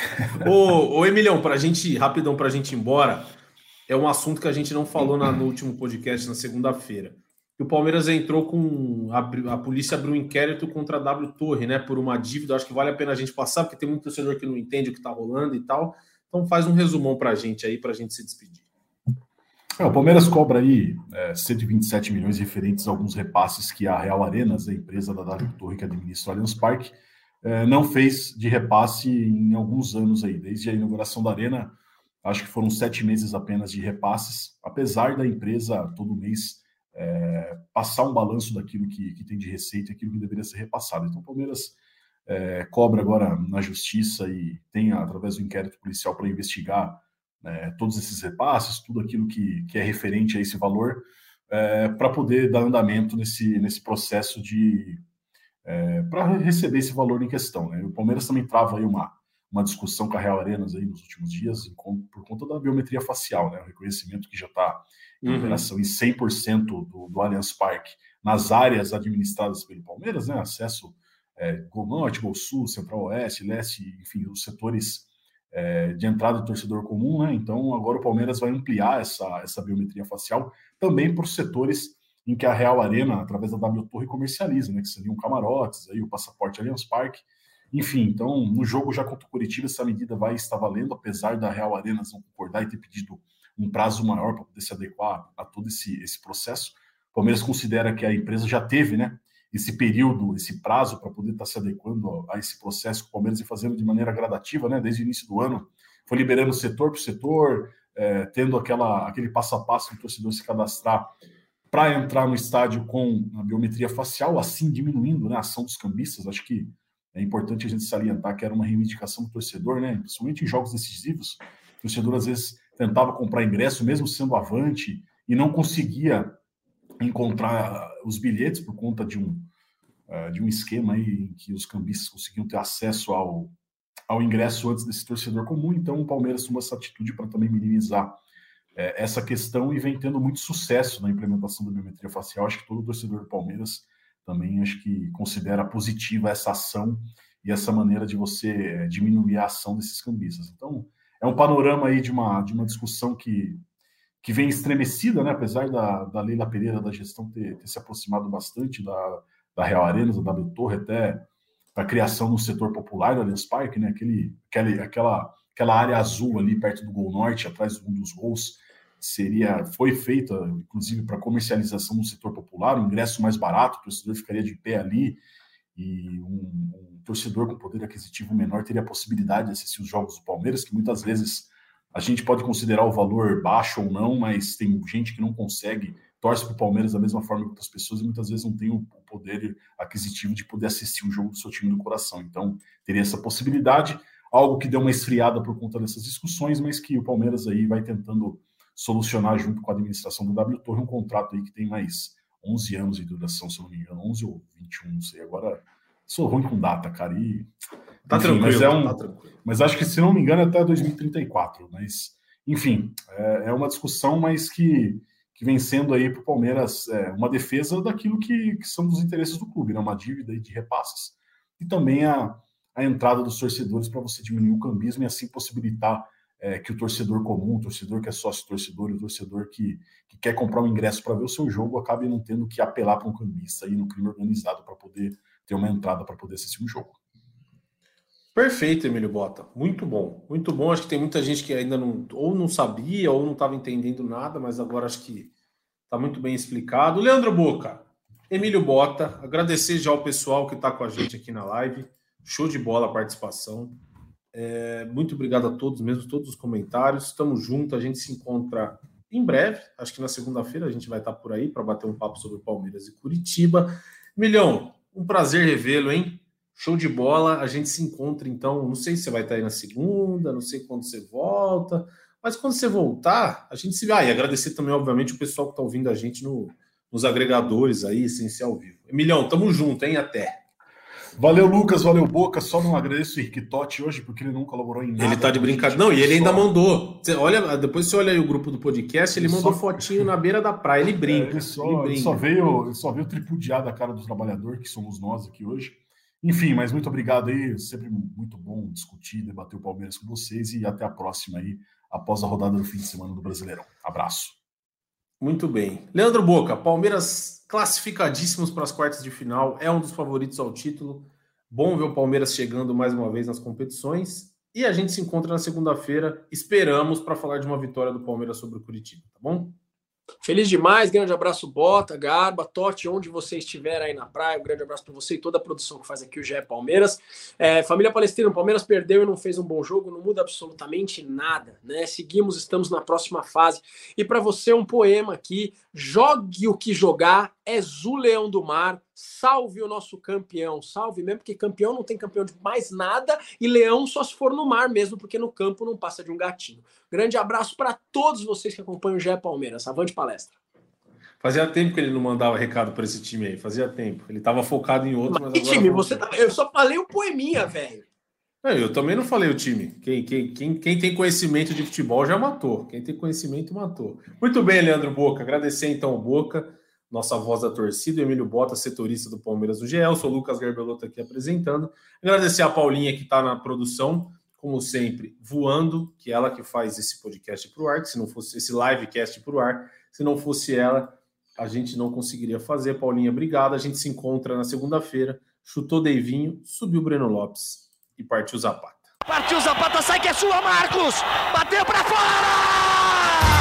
Ô Emilhão, rapidão pra gente ir embora, é um assunto que a gente não falou no último podcast, na segunda-feira. O Palmeiras entrou com... A polícia abriu um inquérito contra a W Torre, né? Por uma dívida. Acho que vale a pena a gente passar, porque tem muito torcedor que não entende o que tá rolando e tal. Então faz um resumão pra gente aí, pra gente se despedir. O Palmeiras cobra aí 127 milhões referentes a alguns repasses que a Real Arenas, a empresa da W Torre que administra o Allianz Parque, não fez de repasse em alguns anos aí, desde a inauguração da Arena. Acho que foram 7 meses apenas de repasses, apesar da empresa todo mês passar um balanço daquilo que tem de receita e aquilo que deveria ser repassado. Então o Palmeiras cobra agora na justiça e tem, através do inquérito policial, para investigar todos esses repasses, tudo aquilo que é referente a esse valor, para poder dar andamento nesse processo para receber esse valor em questão, né? O Palmeiras também trava aí uma discussão com a Real Arenas aí nos últimos dias por conta da biometria facial, né? O reconhecimento que já está em operação em 100% do Allianz Parque nas áreas administradas pelo Palmeiras, né? Acesso Gol Norte, Gol Sul, Central Oeste, Leste, enfim, os setores de entrada do torcedor comum, né? Então agora o Palmeiras vai ampliar essa biometria facial também para os setores em que a Real Arena, através da W Torre, comercializa, né? Que seriam camarotes, aí o passaporte Allianz Parque. Enfim, então, no jogo já contra o Curitiba, essa medida vai estar valendo, apesar da Real Arena não concordar e ter pedido um prazo maior para poder se adequar a todo esse processo. O Palmeiras considera que a empresa já teve, né, esse período, esse prazo para poder estar se adequando a esse processo que o Palmeiras ia fazendo de maneira gradativa, né, desde o início do ano. Foi liberando setor por setor, tendo aquele passo a passo do torcedor se cadastrar para entrar no estádio com a biometria facial, assim diminuindo, né, a ação dos cambistas. Acho que é importante a gente salientar que era uma reivindicação do torcedor, né? Principalmente em jogos decisivos. O torcedor, às vezes, tentava comprar ingresso, mesmo sendo avante, e não conseguia encontrar os bilhetes por conta de um esquema aí em que os cambistas conseguiam ter acesso ao ingresso antes desse torcedor comum. Então, o Palmeiras tomou essa atitude para também minimizar essa questão e vem tendo muito sucesso na implementação da biometria facial. Acho que todo torcedor do Palmeiras também acho que considera positiva essa ação e essa maneira de você diminuir a ação desses cambistas. Então, é um panorama aí de uma discussão que vem estremecida, né? Apesar da Leila Pereira, da gestão, ter se aproximado bastante da Real Arenas, da W Torre, até a criação do setor popular do Allianz Parque, né? Aquela área azul ali perto do Gol Norte, atrás de um dos gols, foi feita, inclusive, para comercialização do setor popular, um ingresso mais barato, o torcedor ficaria de pé ali, e um torcedor com poder aquisitivo menor teria a possibilidade de assistir os jogos do Palmeiras, que muitas vezes a gente pode considerar o valor baixo ou não, mas tem gente que não consegue, torce para o Palmeiras da mesma forma que outras pessoas, e muitas vezes não tem o poder aquisitivo de poder assistir um jogo do seu time do coração. Então, teria essa possibilidade, algo que deu uma esfriada por conta dessas discussões, mas que o Palmeiras aí vai tentando solucionar junto com a administração do W Torre, um contrato aí que tem mais 11 anos de duração, se eu não me engano, 11 ou 21, não sei, agora sou ruim com data, cara, e... Tá enfim, tranquilo, tá tranquilo. Mas acho que, se não me engano, é até 2034, mas, enfim, é uma discussão, mas que vem sendo aí para o Palmeiras uma defesa daquilo que são os interesses do clube, né? Uma dívida aí de repasses, e também a entrada dos torcedores para você diminuir o cambismo e assim possibilitar que o torcedor comum, o torcedor que é sócio-torcedor, o torcedor que quer comprar um ingresso para ver o seu jogo, acabe não tendo que apelar para um cambista aí no crime organizado para poder ter uma entrada para poder assistir um jogo. Perfeito, Emílio Bota. Muito bom. Muito bom. Acho que tem muita gente que ainda não sabia ou não estava entendendo nada, mas agora acho que está muito bem explicado. Leandro Boca, Emílio Bota, agradecer já ao pessoal que está com a gente aqui na live. Show de bola a participação. Muito obrigado a todos, mesmo todos os comentários. Estamos juntos, a gente se encontra em breve. Acho que na segunda-feira a gente vai estar por aí para bater um papo sobre Palmeiras e Curitiba. Emilhão, um prazer revê-lo, hein? Show de bola. A gente se encontra, então. Não sei se você vai estar aí na segunda, não sei quando você volta, mas quando você voltar, a gente se vai. E agradecer também, obviamente, o pessoal que está ouvindo a gente nos agregadores aí, Essencial Vivo. Emilhão, tamo junto, hein? Até. Valeu, Lucas, valeu, Boca. Só não agradeço o Henrique Totti hoje, porque ele não colaborou em nada. Ele tá de brincadeira. Não, e ele ainda mandou. Depois você olha aí o grupo do podcast, ele mandou fotinho na beira da praia. Ele brinca. Ele só veio tripudiar da cara do trabalhador, que somos nós aqui hoje. Enfim, mas muito obrigado aí. Sempre muito bom discutir, debater o Palmeiras com vocês. E até a próxima aí, após a rodada do fim de semana do Brasileirão. Abraço. Muito bem. Leandro Boca, Palmeiras classificadíssimos para as quartas de final, é um dos favoritos ao título. Bom ver o Palmeiras chegando mais uma vez nas competições. E a gente se encontra na segunda-feira, esperamos, para falar de uma vitória do Palmeiras sobre o Curitiba, tá bom? Feliz demais, grande abraço Bota, Garba, Totti, onde você estiver aí na praia, um grande abraço para você e toda a produção que faz aqui o GE Palmeiras. Família Palestrina, o Palmeiras perdeu e não fez um bom jogo, não muda absolutamente nada, né? Seguimos, estamos na próxima fase. E para você um poema aqui, jogue o que jogar, és o leão do mar, salve o nosso campeão, salve mesmo, porque campeão não tem campeão de mais nada e leão só se for no mar mesmo, porque no campo não passa de um gatinho. Grande abraço para todos vocês que acompanham o GE Palmeiras. Avante palestra. Fazia tempo que ele não mandava recado para esse time aí, fazia tempo. Ele estava focado em outro, mas que agora... time? Eu só falei o poeminha, velho. Eu também não falei o time. Quem tem conhecimento de futebol já matou. Quem tem conhecimento matou. Muito bem, Leandro Boca. Agradecer então ao Boca, nossa voz da torcida, o Emílio Bota, setorista do Palmeiras do GE. Eu sou o Lucas Garbelotto aqui apresentando. Agradecer a Paulinha que está na produção, como sempre, voando, que é ela que faz esse podcast para o ar, que se não fosse esse livecast para o ar, se não fosse ela, a gente não conseguiria fazer. Paulinha, obrigado. A gente se encontra na segunda-feira. Chutou Deivinho, subiu Breno Lopes e partiu Zapata. Partiu Zapata, sai que é sua, Marcos! Bateu pra fora!